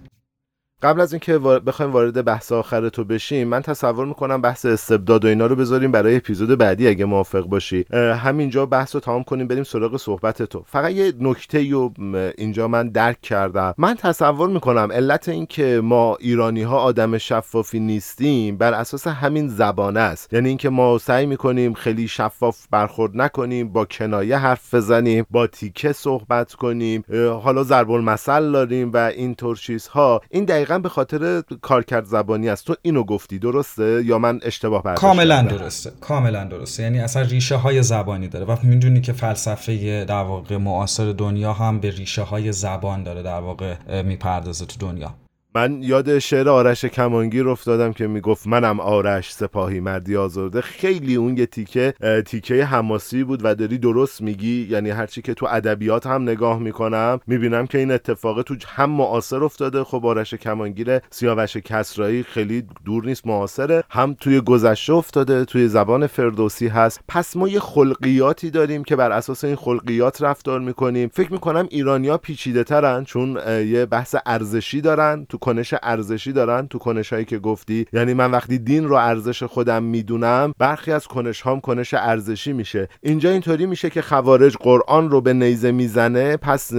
Speaker 1: قبل از اینکه بخوایم وارد بحث آخر تو بشیم، من تصور میکنم بحث استبداد و اینا رو بذاریم برای اپیزود بعدی اگه موافق باشی. همینجا بحث رو تمام کنیم بریم سراغ صحبت تو. فقط یه نکته رو اینجا من درک کردم. من تصور میکنم علت این که ما ایرانی ها آدم شفافی نیستیم بر اساس همین زبانه است. یعنی اینکه ما سعی میکنیم خیلی شفاف برخورد نکنیم، با کنایه حرف بزنیم، با تیکه صحبت کنیم، حالا ضرب المثل داریم و اینطور چیزها. این دقیقاً به خاطر کارکرد زبانی است. تو اینو گفتی درسته یا من اشتباه برداشت کردم؟
Speaker 2: کاملا درسته. یعنی اصلا ریشه های زبانی داره و میدونی که فلسفه در واقع معاصر دنیا هم به ریشه های زبان داره در واقع میپردازه تو دنیا.
Speaker 1: من یاد شعر آرش کمانگیر افتادم که میگفت منم آرش سپاهی مردی آزرده. خیلی اون یه تیکه حماسی بود و داری درست میگی. یعنی هرچی که تو ادبیات هم نگاه میکنم میبینم که این اتفاق تو هم معاصر افتاده. خب آرش کمانگیر سیاوش کسرایی خیلی دور نیست معاصره، هم توی گذشته افتاده، توی زبان فردوسی هست. پس ما یه خلقیاتی داریم که بر اساس این خلقیات رفتار میکنیم. فکر میکنم ایرانی‌ها پیچیده ترن، چون یه بحث ارزشی دارن، تو کنش ارزشی دارن، تو کنشایی که گفتی. یعنی من وقتی دین رو ارزش خودم میدونم، برخی از کنش هام کنش ارزشی میشه. اینجا اینطوری میشه که خوارج قرآن رو به نیزه میزنه، پس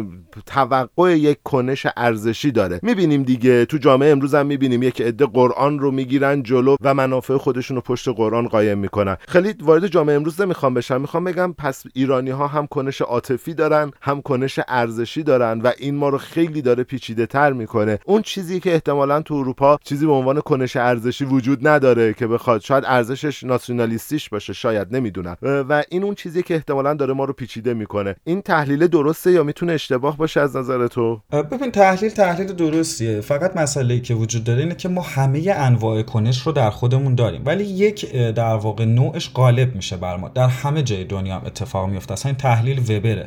Speaker 1: توقع یک کنش ارزشی داره. میبینیم دیگه تو جامعه امروز هم میبینیم یک عده قرآن رو میگیرن جلو و منافع خودشون رو پشت قرآن قایم میکنن. خیلی وارد جامعه امروز نمیخوام بشم، میخوام بگم پس ایرانی ها هم کنش عاطفی دارن، هم کنش ارزشی دارن و این ما رو خیلی داره پیچیده تر میکنه. اون چیزی که احتمالاً تو اروپا چیزی به عنوان کنش ارزشی وجود نداره که بخواد، شاید ارزشش ناسیونالیستیش باشه، شاید، نمیدونم. و این اون چیزی که احتمالاً داره ما رو پیچیده میکنه. این تحلیل درسته یا میتونه اشتباه باشه از نظر تو؟
Speaker 2: ببین تحلیل درستیه، فقط مسئله‌ای که وجود داره اینه که ما همه انواع کنش رو در خودمون داریم، ولی یک در واقع نوعش غالب میشه بر ما. در همه جای دنیا هم اتفاق میفته. اصلا این تحلیل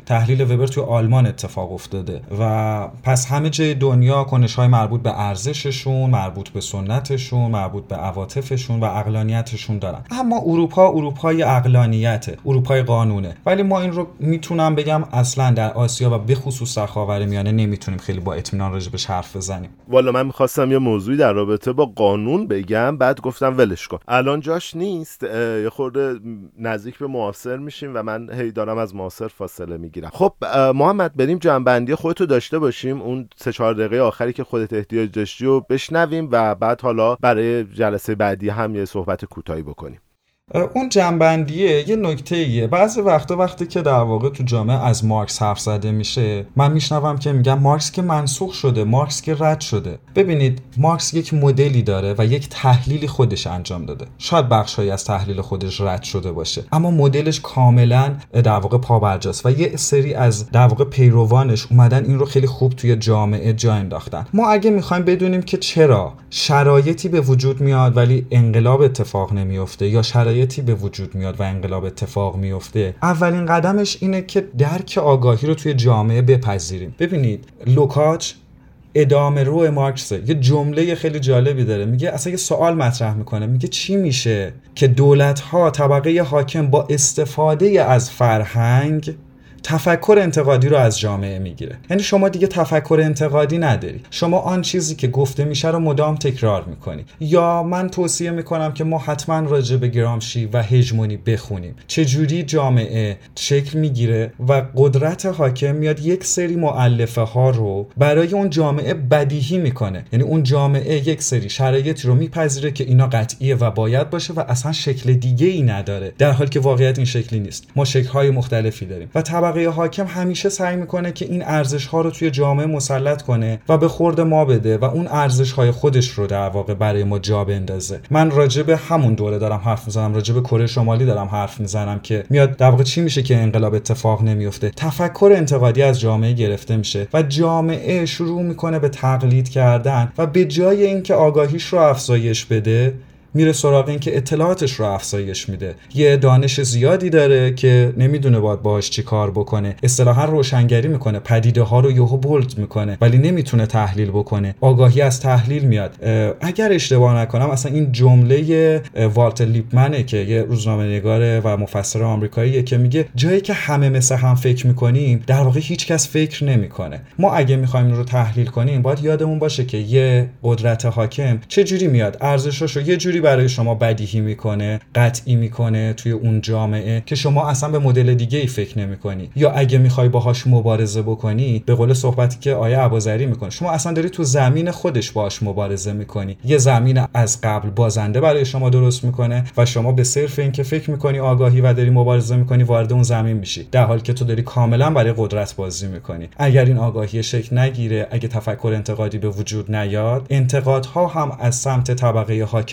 Speaker 2: وبر توی آلمان اتفاق افتاده و پس همه جای دنیا کنش‌های مربوط به ارزششون، مربوط به سنتشون، مربوط به عواطفشون و عقلانیتشون دارن. اما اروپای عقلانیته، اروپای قانونه. ولی ما این رو میتونم بگم اصلا در آسیا و به خصوص در خاورمیانه نمیتونیم خیلی با اطمینان راجبش حرف بزنیم.
Speaker 1: والا من می‌خواستم یه موضوعی در رابطه با قانون بگم، بعد گفتم ولش کن، الان جاش نیست. یه خورده نزدیک به معاصر میشیم و من هی دارم از معاصر فاصله میگیرم. خب محمد، بریم جنبندی خودتو داشته باشیم، اون 3-4 دقیقه آخری که خودت احتیاج داشتی رو بشنویم و بعد حالا برای جلسه بعدی هم یه صحبت کوتاهی بکنیم.
Speaker 2: اون جنبندیه یه نکته‌ایه. بعضی وقتی که در واقع تو جامعه از مارکس حرف زده میشه، من میشنوم که میگم مارکس که منسوخ شده، مارکس که رد شده. ببینید مارکس یک مدلی داره و یک تحلیلی خودش انجام داده. شاید بخشایی از تحلیل خودش رد شده باشه، اما مدلش کاملا در واقع پابرجاست و یه سری از در واقع پیروانش اومدن این رو خیلی خوب توی جامعه جا انداختن. ما اگه میخوایم بدونیم که چرا شرایطی به وجود میاد ولی انقلاب اتفاق نمیفته یا شرایطی به وجود میاد و انقلاب اتفاق میفته، اولین قدمش اینه که درک آگاهی رو توی جامعه بپذیریم. ببینید لوکاچ ادامه رو مارکسه، یه جمله خیلی جالبی داره، میگه اصلا یه سوال مطرح میکنه، میگه چی میشه که دولت‌ها، طبقه حاکم با استفاده از فرهنگ تفکر انتقادی رو از جامعه میگیره. یعنی شما دیگه تفکر انتقادی نداری، شما آن چیزی که گفته میشه رو مدام تکرار میکنی. یا من توصیه میکنم که ما حتما راجع به گرامشی و هژمونی بخونیم، چجوری جامعه شکل میگیره و قدرت حاکم میاد یک سری مؤلفه ها رو برای اون جامعه بدیهی میکنه. یعنی اون جامعه یک سری شرایطی رو میپذیره که اینا قطعیه و باید باشه و اصلا شکل دیگه ای نداره، در حالی که واقعیت این شکلی نیست. ما شکل‌های مختلفی داریم و طبقه حاکم همیشه سعی میکنه که این ارزش‌ها رو توی جامعه مسلط کنه و به خورد ما بده و اون ارزش‌های خودش رو در واقع برای ما جا بندازه. من راجع به همون دوره دارم حرف میزنم، راجع به کره شمالی دارم حرف میزنم که میاد در واقع چی میشه که انقلاب اتفاق نمیفته. تفکر انتقادی از جامعه گرفته میشه و جامعه شروع میکنه به تقلید کردن و به جای اینکه آگاهیش رو افزایش بده میره سراغ این که اطلاعاتش رو افزایش میده. یه دانش زیادی داره که نمیدونه باهاش چی کار بکنه، اصطلاحاً روشنگری میکنه، پدیده ها رو یهو بولد میکنه ولی نمیتونه تحلیل بکنه. آگاهی از تحلیل میاد. اگر اشتباه نکنم اصلا این جمله والتر لیپمنه که یه روزنامه‌نگار و مفسر آمریکاییه که میگه جایی که همه مثل هم فکر میکنیم در واقع هیچ کس فکر نمیکنه. ما اگه میخوایم رو تحلیل کنیم باید یادمون باشه که یه قدرت حاکم چه جوری میاد ارزشاشو یه جوری برای شما بدیهی میکنه، قطعی میکنه توی اون جامعه که شما اصلا به مدل دیگه ای فکر نمیکنی. یا اگه میخوای باهاش مبارزه بکنی، به قول صحبتی که آیه ابوذری میکنه، شما اصلا داری تو زمین خودش باهاش مبارزه میکنی. یه زمین از قبل بازنده برای شما درست میکنه و شما به صرف این که فکر میکنی آگاهی و داری مبارزه میکنی وارد اون زمین میشی، در حالی که تو داری کاملا برای قدرت بازی میکنی. اگر این آگاهی شکل نگیره، اگه تفکر انتقادی به وجود نیاد، انتقادها هم از سمت طبقه حاکم برای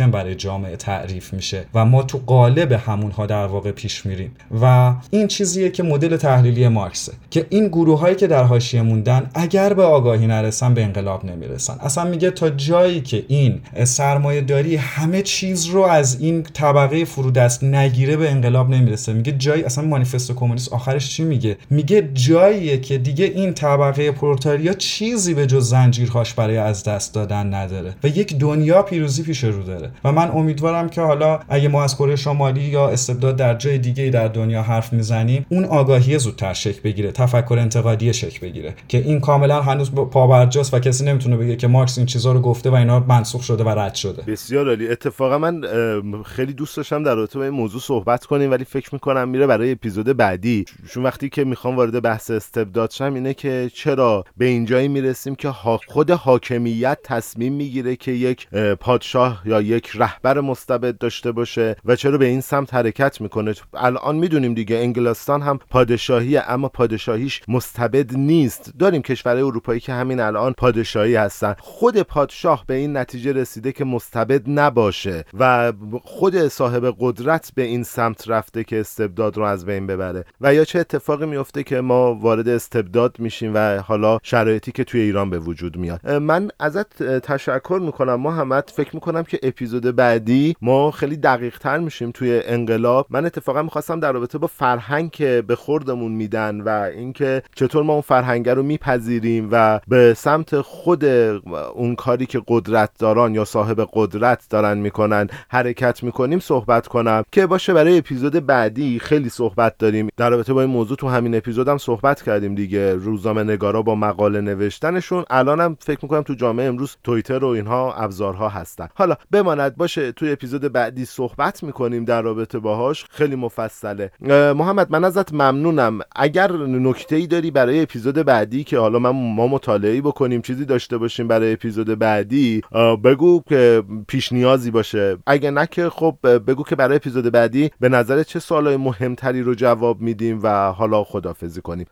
Speaker 2: جامعه تعریف میشه و ما تو قالب همونها در واقع پیش میریم و این چیزیه که مدل تحلیلی مارکسه که این گروهایی که در حاشیه موندن اگر به آگاهی نرسن به انقلاب نمیرسن. اصلا میگه تا جایی که این سرمایه‌داری همه چیز رو از این طبقه فرودست نگیره به انقلاب نمیرسه. میگه جایی، اصلا مانیفست کمونیست آخرش چی میگه؟ میگه جاییه که دیگه این طبقه پرولتاریا چیزی به جز زنجیرهاش برای از دست دادن نداره و یک دنیا پیروزی پیش رو داره و من امیدوارم که حالا اگه ما از کره شمالی یا استبداد در جای دیگه در دنیا حرف میزنیم اون آگاهی زودتر شکل بگیره، تفکر انتقادی شکل بگیره که این کاملا هنوز پابرجاست و کسی نمیتونه بگه که مارکس این چیزا رو گفته و اینا منسوخ شده و رد شده.
Speaker 1: بسیار عالی. اتفاقا من خیلی دوست داشتم در رابطه با این موضوع صحبت کنیم ولی فکر میکنم میره برای اپیزود بعدی، چون وقتی که میخوام وارد بحث استبداد شم اینه که چرا به اینجایی میرسیم که خود حاکمیت تصمیم میگیره که یک پادشاه یا یک رهبر مستبد داشته باشه و چرا به این سمت حرکت میکنه. الان میدونیم دیگه انگلستان هم پادشاهیه اما پادشاهیش مستبد نیست. داریم کشورهای اروپایی که همین الان پادشاهی هستن. خود پادشاه به این نتیجه رسیده که مستبد نباشه و خود صاحب قدرت به این سمت رفته که استبداد رو از بین ببره. و یا چه اتفاقی میفته که ما وارد استبداد میشیم و حالا شرایطی که توی ایران به وجود میاد. من ازت تشکر میکنم محمد. فکر میکنم که اپیزود بعدی ما خیلی دقیق تر میشیم توی انقلاب. من اتفاقا میخواستم در رابطه با فرهنگ که به خوردمون میدن و اینکه چطور ما اون فرهنگ رو میپذیریم و به سمت خود اون کاری که قدرتداران یا صاحب قدرت دارن میکنن حرکت میکنیم صحبت کنم که باشه برای اپیزود بعدی. خیلی صحبت داریم در رابطه با این موضوع، تو همین اپیزودم صحبت کردیم دیگه، روزنامه نگارا با مقاله نوشتنشون. الانم فکر میکنم تو جامعه امروز توییتر و اینها ابزارها هستن. حالا بماند باشه توی اپیزود بعدی صحبت میکنیم در رابطه باهاش، خیلی مفصله. محمد من ازت ممنونم. اگر نکته‌ای داری برای اپیزود بعدی که حالا ما مطالعه‌ای بکنیم، چیزی داشته باشیم برای اپیزود بعدی بگو که پیش نیازی باشه. اگه نه که خب بگو که برای اپیزود بعدی به نظر چه سوالای مهمتری رو جواب میدیم و حالا خداحافظی کنیم.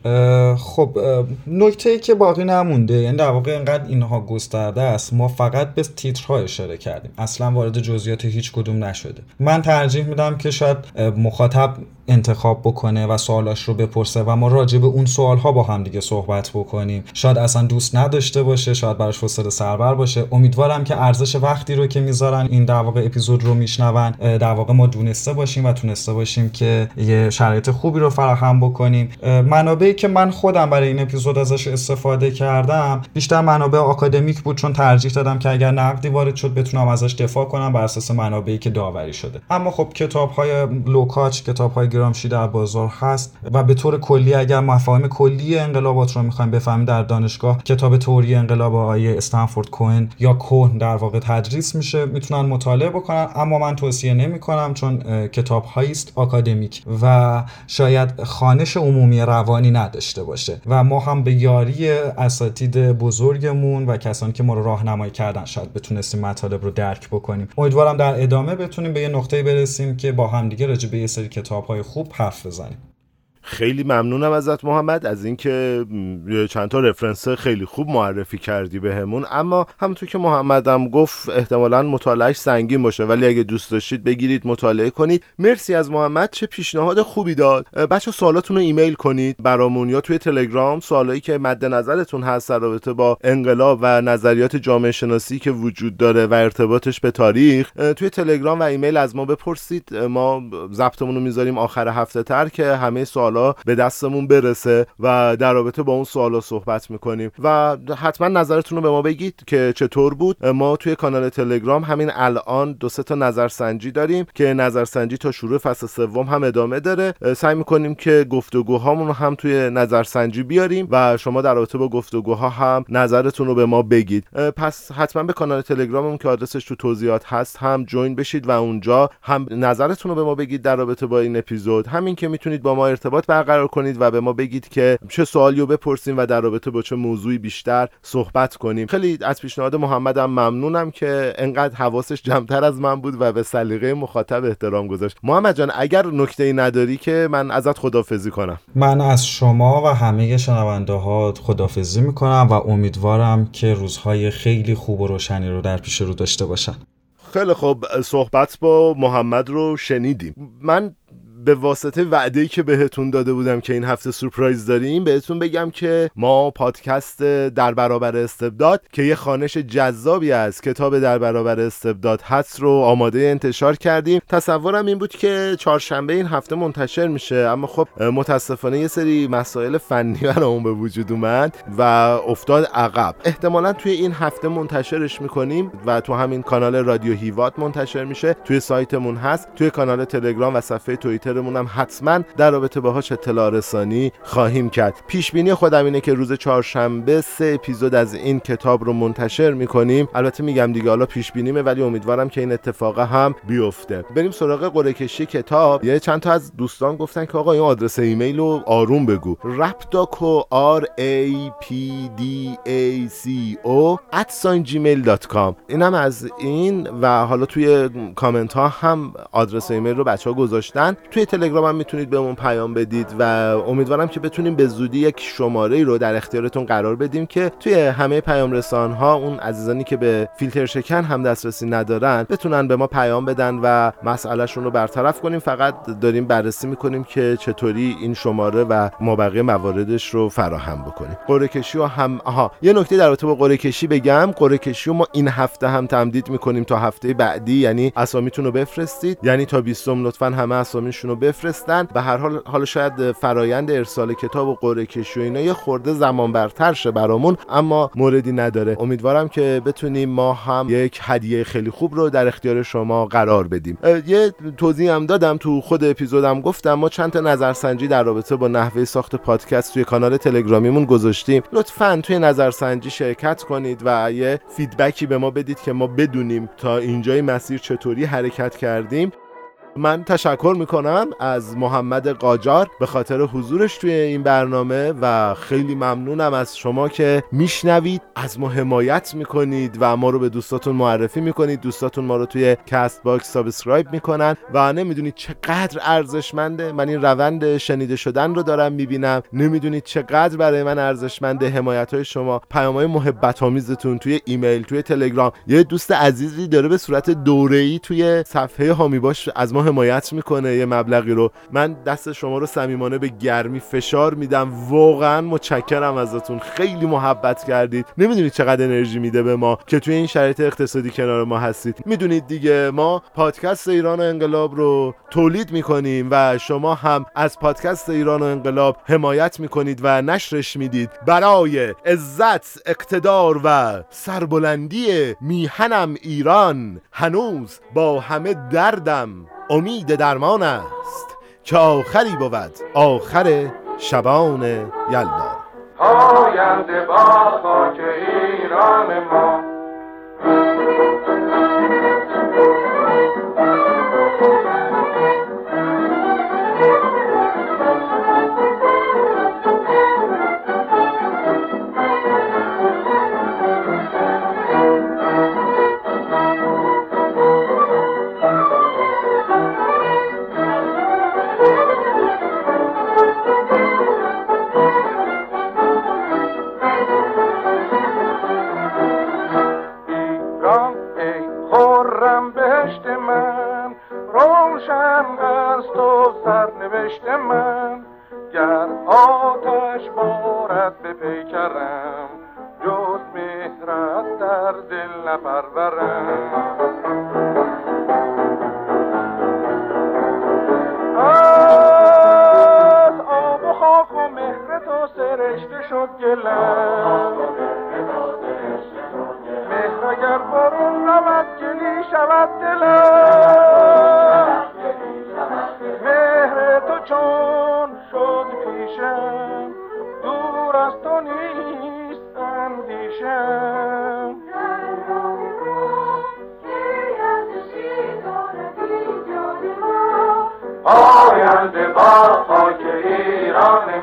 Speaker 2: خب نکته‌ای که باقی نمونده، یعنی در واقع اینقدر اینها گسترده است، ما فقط به تیترها اشاره کردیم، اصلا وارد جزئیات هیچ کدوم نشده. من ترجیح میدم که شاید مخاطب انتخاب بکنه و سوالاش رو بپرسه و ما راجع به اون سوالها با هم دیگه صحبت بکنیم. شاید اصلا دوست نداشته باشه، شاید براش فاصله سربر باشه. امیدوارم که ارزش وقتی رو که میذارن این در واقع اپیزود رو میشنون در واقع ما دونسته باشیم و تونسته باشیم که یه شرایط خوبی رو فراهم بکنیم. منابعی که من خودم برای این اپیزود ازش استفاده کردم بیشتر منابع آکادمیک بود، چون ترجیح دادم که اگر نقدی وارد شد بتونم ازش دفاع کنم بر اساس منابعی که داوری شده. اما خب کتاب‌های لوکاچ، کتاب‌های گرامشی در بازار هست و به طور کلی اگر مفاهیم کلی انقلابات رو می‌خوایم بفهمیم در دانشگاه کتاب تئوری انقلاب آقای استنفورد کوهن یا کوهن در واقع تدریس میشه، میتونن مطالعه بکنن. اما من توصیه نمی‌کنم چون کتاب‌هایی است آکادمیک و شاید خوانش عمومی روانی نداشته باشه و ما هم به یاری اساتید بزرگمون و کسانی که ما رو راهنمایی کردن شاید بتونستیم مطالب رو درک بکنیم. امیدوارم در ادامه بتونیم به یه نقطه‌ای برسیم که با هم دیگه راجع به یه سری کتاب‌های خوب حرف بزنیم.
Speaker 1: خیلی ممنونم ازت محمد از اینکه چند تا رفرنس خیلی خوب معرفی کردی بهمون. اما همونطور که محمدم گفت احتمالاً مطالعهش سنگین باشه، ولی اگه دوست داشتید بگیرید مطالعه کنید. مرسی از محمد، چه پیشنهاد خوبی داد. بچه‌ها سوالاتون رو ایمیل کنید برامون یا توی تلگرام، سوالایی که مد نظرتون هست در رابطه با انقلاب و نظریات جامعه شناسی که وجود داره و ارتباطش به تاریخ، توی تلگرام و ایمیل از ما بپرسید. ما ضبطمون رو میذاریم آخر هفته تر که همه سوالا به دستمون برسه و در رابطه با اون سوالا صحبت میکنیم و حتما نظرتون رو به ما بگید که چطور بود. ما توی کانال تلگرام همین الان 2-3 تا نظرسنجی داریم که نظرسنجی تا شروع فصل سوم هم ادامه داره. سعی میکنیم که گفتگوهامون رو هم توی نظرسنجی بیاریم و شما در رابطه با گفتگوها هم نظرتون رو به ما بگید. پس حتما به کانال تلگراممون که آدرسش تو توضیحات هست هم جوین بشید و اونجا هم نظرتون رو به ما بگید در رابطه با این اپیزود. همین که میتونید با ما ارتباط برقرار کنید و به ما بگید که چه سوالی رو بپرسیم و در رابطه با چه موضوعی بیشتر صحبت کنیم. خیلی از پیشنهاد محمدم ممنونم که انقدر حواسش جمع‌تر از من بود و به سلیقه مخاطب احترام گذاشت. محمد جان اگر نکته‌ای نداری که من ازت خداحافظی کنم.
Speaker 2: من از شما و همه شنونده‌ها خداحافظی میکنم و امیدوارم که روزهای خیلی خوب و روشنی رو در پیش رو داشته باشن.
Speaker 1: خیلی خوب، صحبت با محمد رو شنیدیم. من به واسطه وعده‌ای که بهتون داده بودم که این هفته سورپرایز داریم بهتون بگم که ما پادکست در برابر استبداد که یه خوانش جذابی از کتاب در برابر استبداد هست رو آماده انتشار کردیم. تصورم این بود که چهارشنبه این هفته منتشر میشه، اما خب متاسفانه یه سری مسائل فنی برامون به وجود اومد و افتاد عقب. احتمالاً توی این هفته منتشرش میکنیم و تو همین کانال رادیو هیوات منتشر میشه، توی سایتمون هست، توی کانال تلگرام و صفحه توییتر هم حتما در رابطه باهاش اطلاع رسانی خواهیم کرد. پیش بینی خودم اینه که روز چهارشنبه 3 اپیزود از این کتاب رو منتشر میکنیم. البته میگم دیگه حالا پیش بینیمه، ولی امیدوارم که این اتفاق هم بیفته. بریم سراغ قرعه کشی کتاب. یه چند تا از دوستان گفتن که آقا این آدرس ایمیل رو آروم بگو. rapdaco@gmail.com. اینم از این و حالا توی کامنت ها هم آدرس ایمیل رو بچه‌ها گذاشتن. توی تلگرام هم میتونید بهمون پیام بدید و امیدوارم که بتونیم به زودی یک شماره‌ای رو در اختیارتون قرار بدیم که توی همه پیام رسان‌ها اون عزیزانی که به فیلتر شکن هم دسترسی ندارن بتونن به ما پیام بدن و مسئلهشون رو برطرف کنیم. فقط داریم بررسی میکنیم که چطوری این شماره و مابقی مواردش رو فراهم بکنیم. قرعه کشی رو هم یه نکته در رابطه با قرعه کشی بگم. قرعه کشی رو ما این هفته هم تمدید میکنیم تا هفته بعدی، یعنی اسامیتون رو بفرستید، یعنی تا 20 لطفاً همه اسامیشون رو بفرستن. به هر حال شاید فرایند ارسال کتاب و قرعه کشی و اینا یه خورده زمان برتر شه برامون، اما موردی نداره. امیدوارم که بتونیم ما هم یک هدیه خیلی خوب رو در اختیار شما قرار بدیم. یه توضیح هم دادم تو خود اپیزودم، گفتم ما چند تا نظرسنجی در رابطه با نحوه ساخت پادکست توی کانال تلگرامیمون گذاشتیم. لطفاً توی نظرسنجی شرکت کنید و یه فیدبکی به ما بدید که ما بدونیم تا اینجای مسیر چطوری حرکت کردیم. من تشکر میکنم از محمد قاجار به خاطر حضورش توی این برنامه و خیلی ممنونم از شما که میشنوید، از ما حمایت میکنید و ما رو به دوستاتون معرفی میکنید. دوستاتون ما رو توی کست باکس سابسکرایب میکنن و نمیدونید چقدر ارزشمنده. من این روند شنیده شدن رو دارم میبینم، نمیدونید چقدر برای من ارزشمنده حمایت‌های شما، پیام‌های محبت آمیزتون توی ایمیل، توی تلگرام. یه دوست عزیزی داره به صورت دوره‌ای توی صفحه هامی باش از ما حمایت میکنه یه مبلغی رو. من دست شما رو صمیمانه به گرمی فشار میدم، واقعا متشکرم ازتون، خیلی محبت کردید. نمیدونید چقدر انرژی میده به ما که توی این شرایط اقتصادی کنار ما هستید. میدونید دیگه ما پادکست ایران و انقلاب رو تولید میکنیم و شما هم از پادکست ایران و انقلاب حمایت میکنید و نشرش میدید. برای عزت، اقتدار و سربلندی میهنم ایران هنوز با همه دردم امید درمان است که آخری بود آخر شبان یلدا.
Speaker 3: آینده با خاک ایران ما من گر آتش بارد به پیکرم جز مهرت در دل نپرورم. از آب و خاک و مهر تو سرشته شد گلم، مهر اگر برون رود گلی شود دلم. مهر تو چون شد پیشم دور از تو نیست اندیشم. آینده با خاک ایران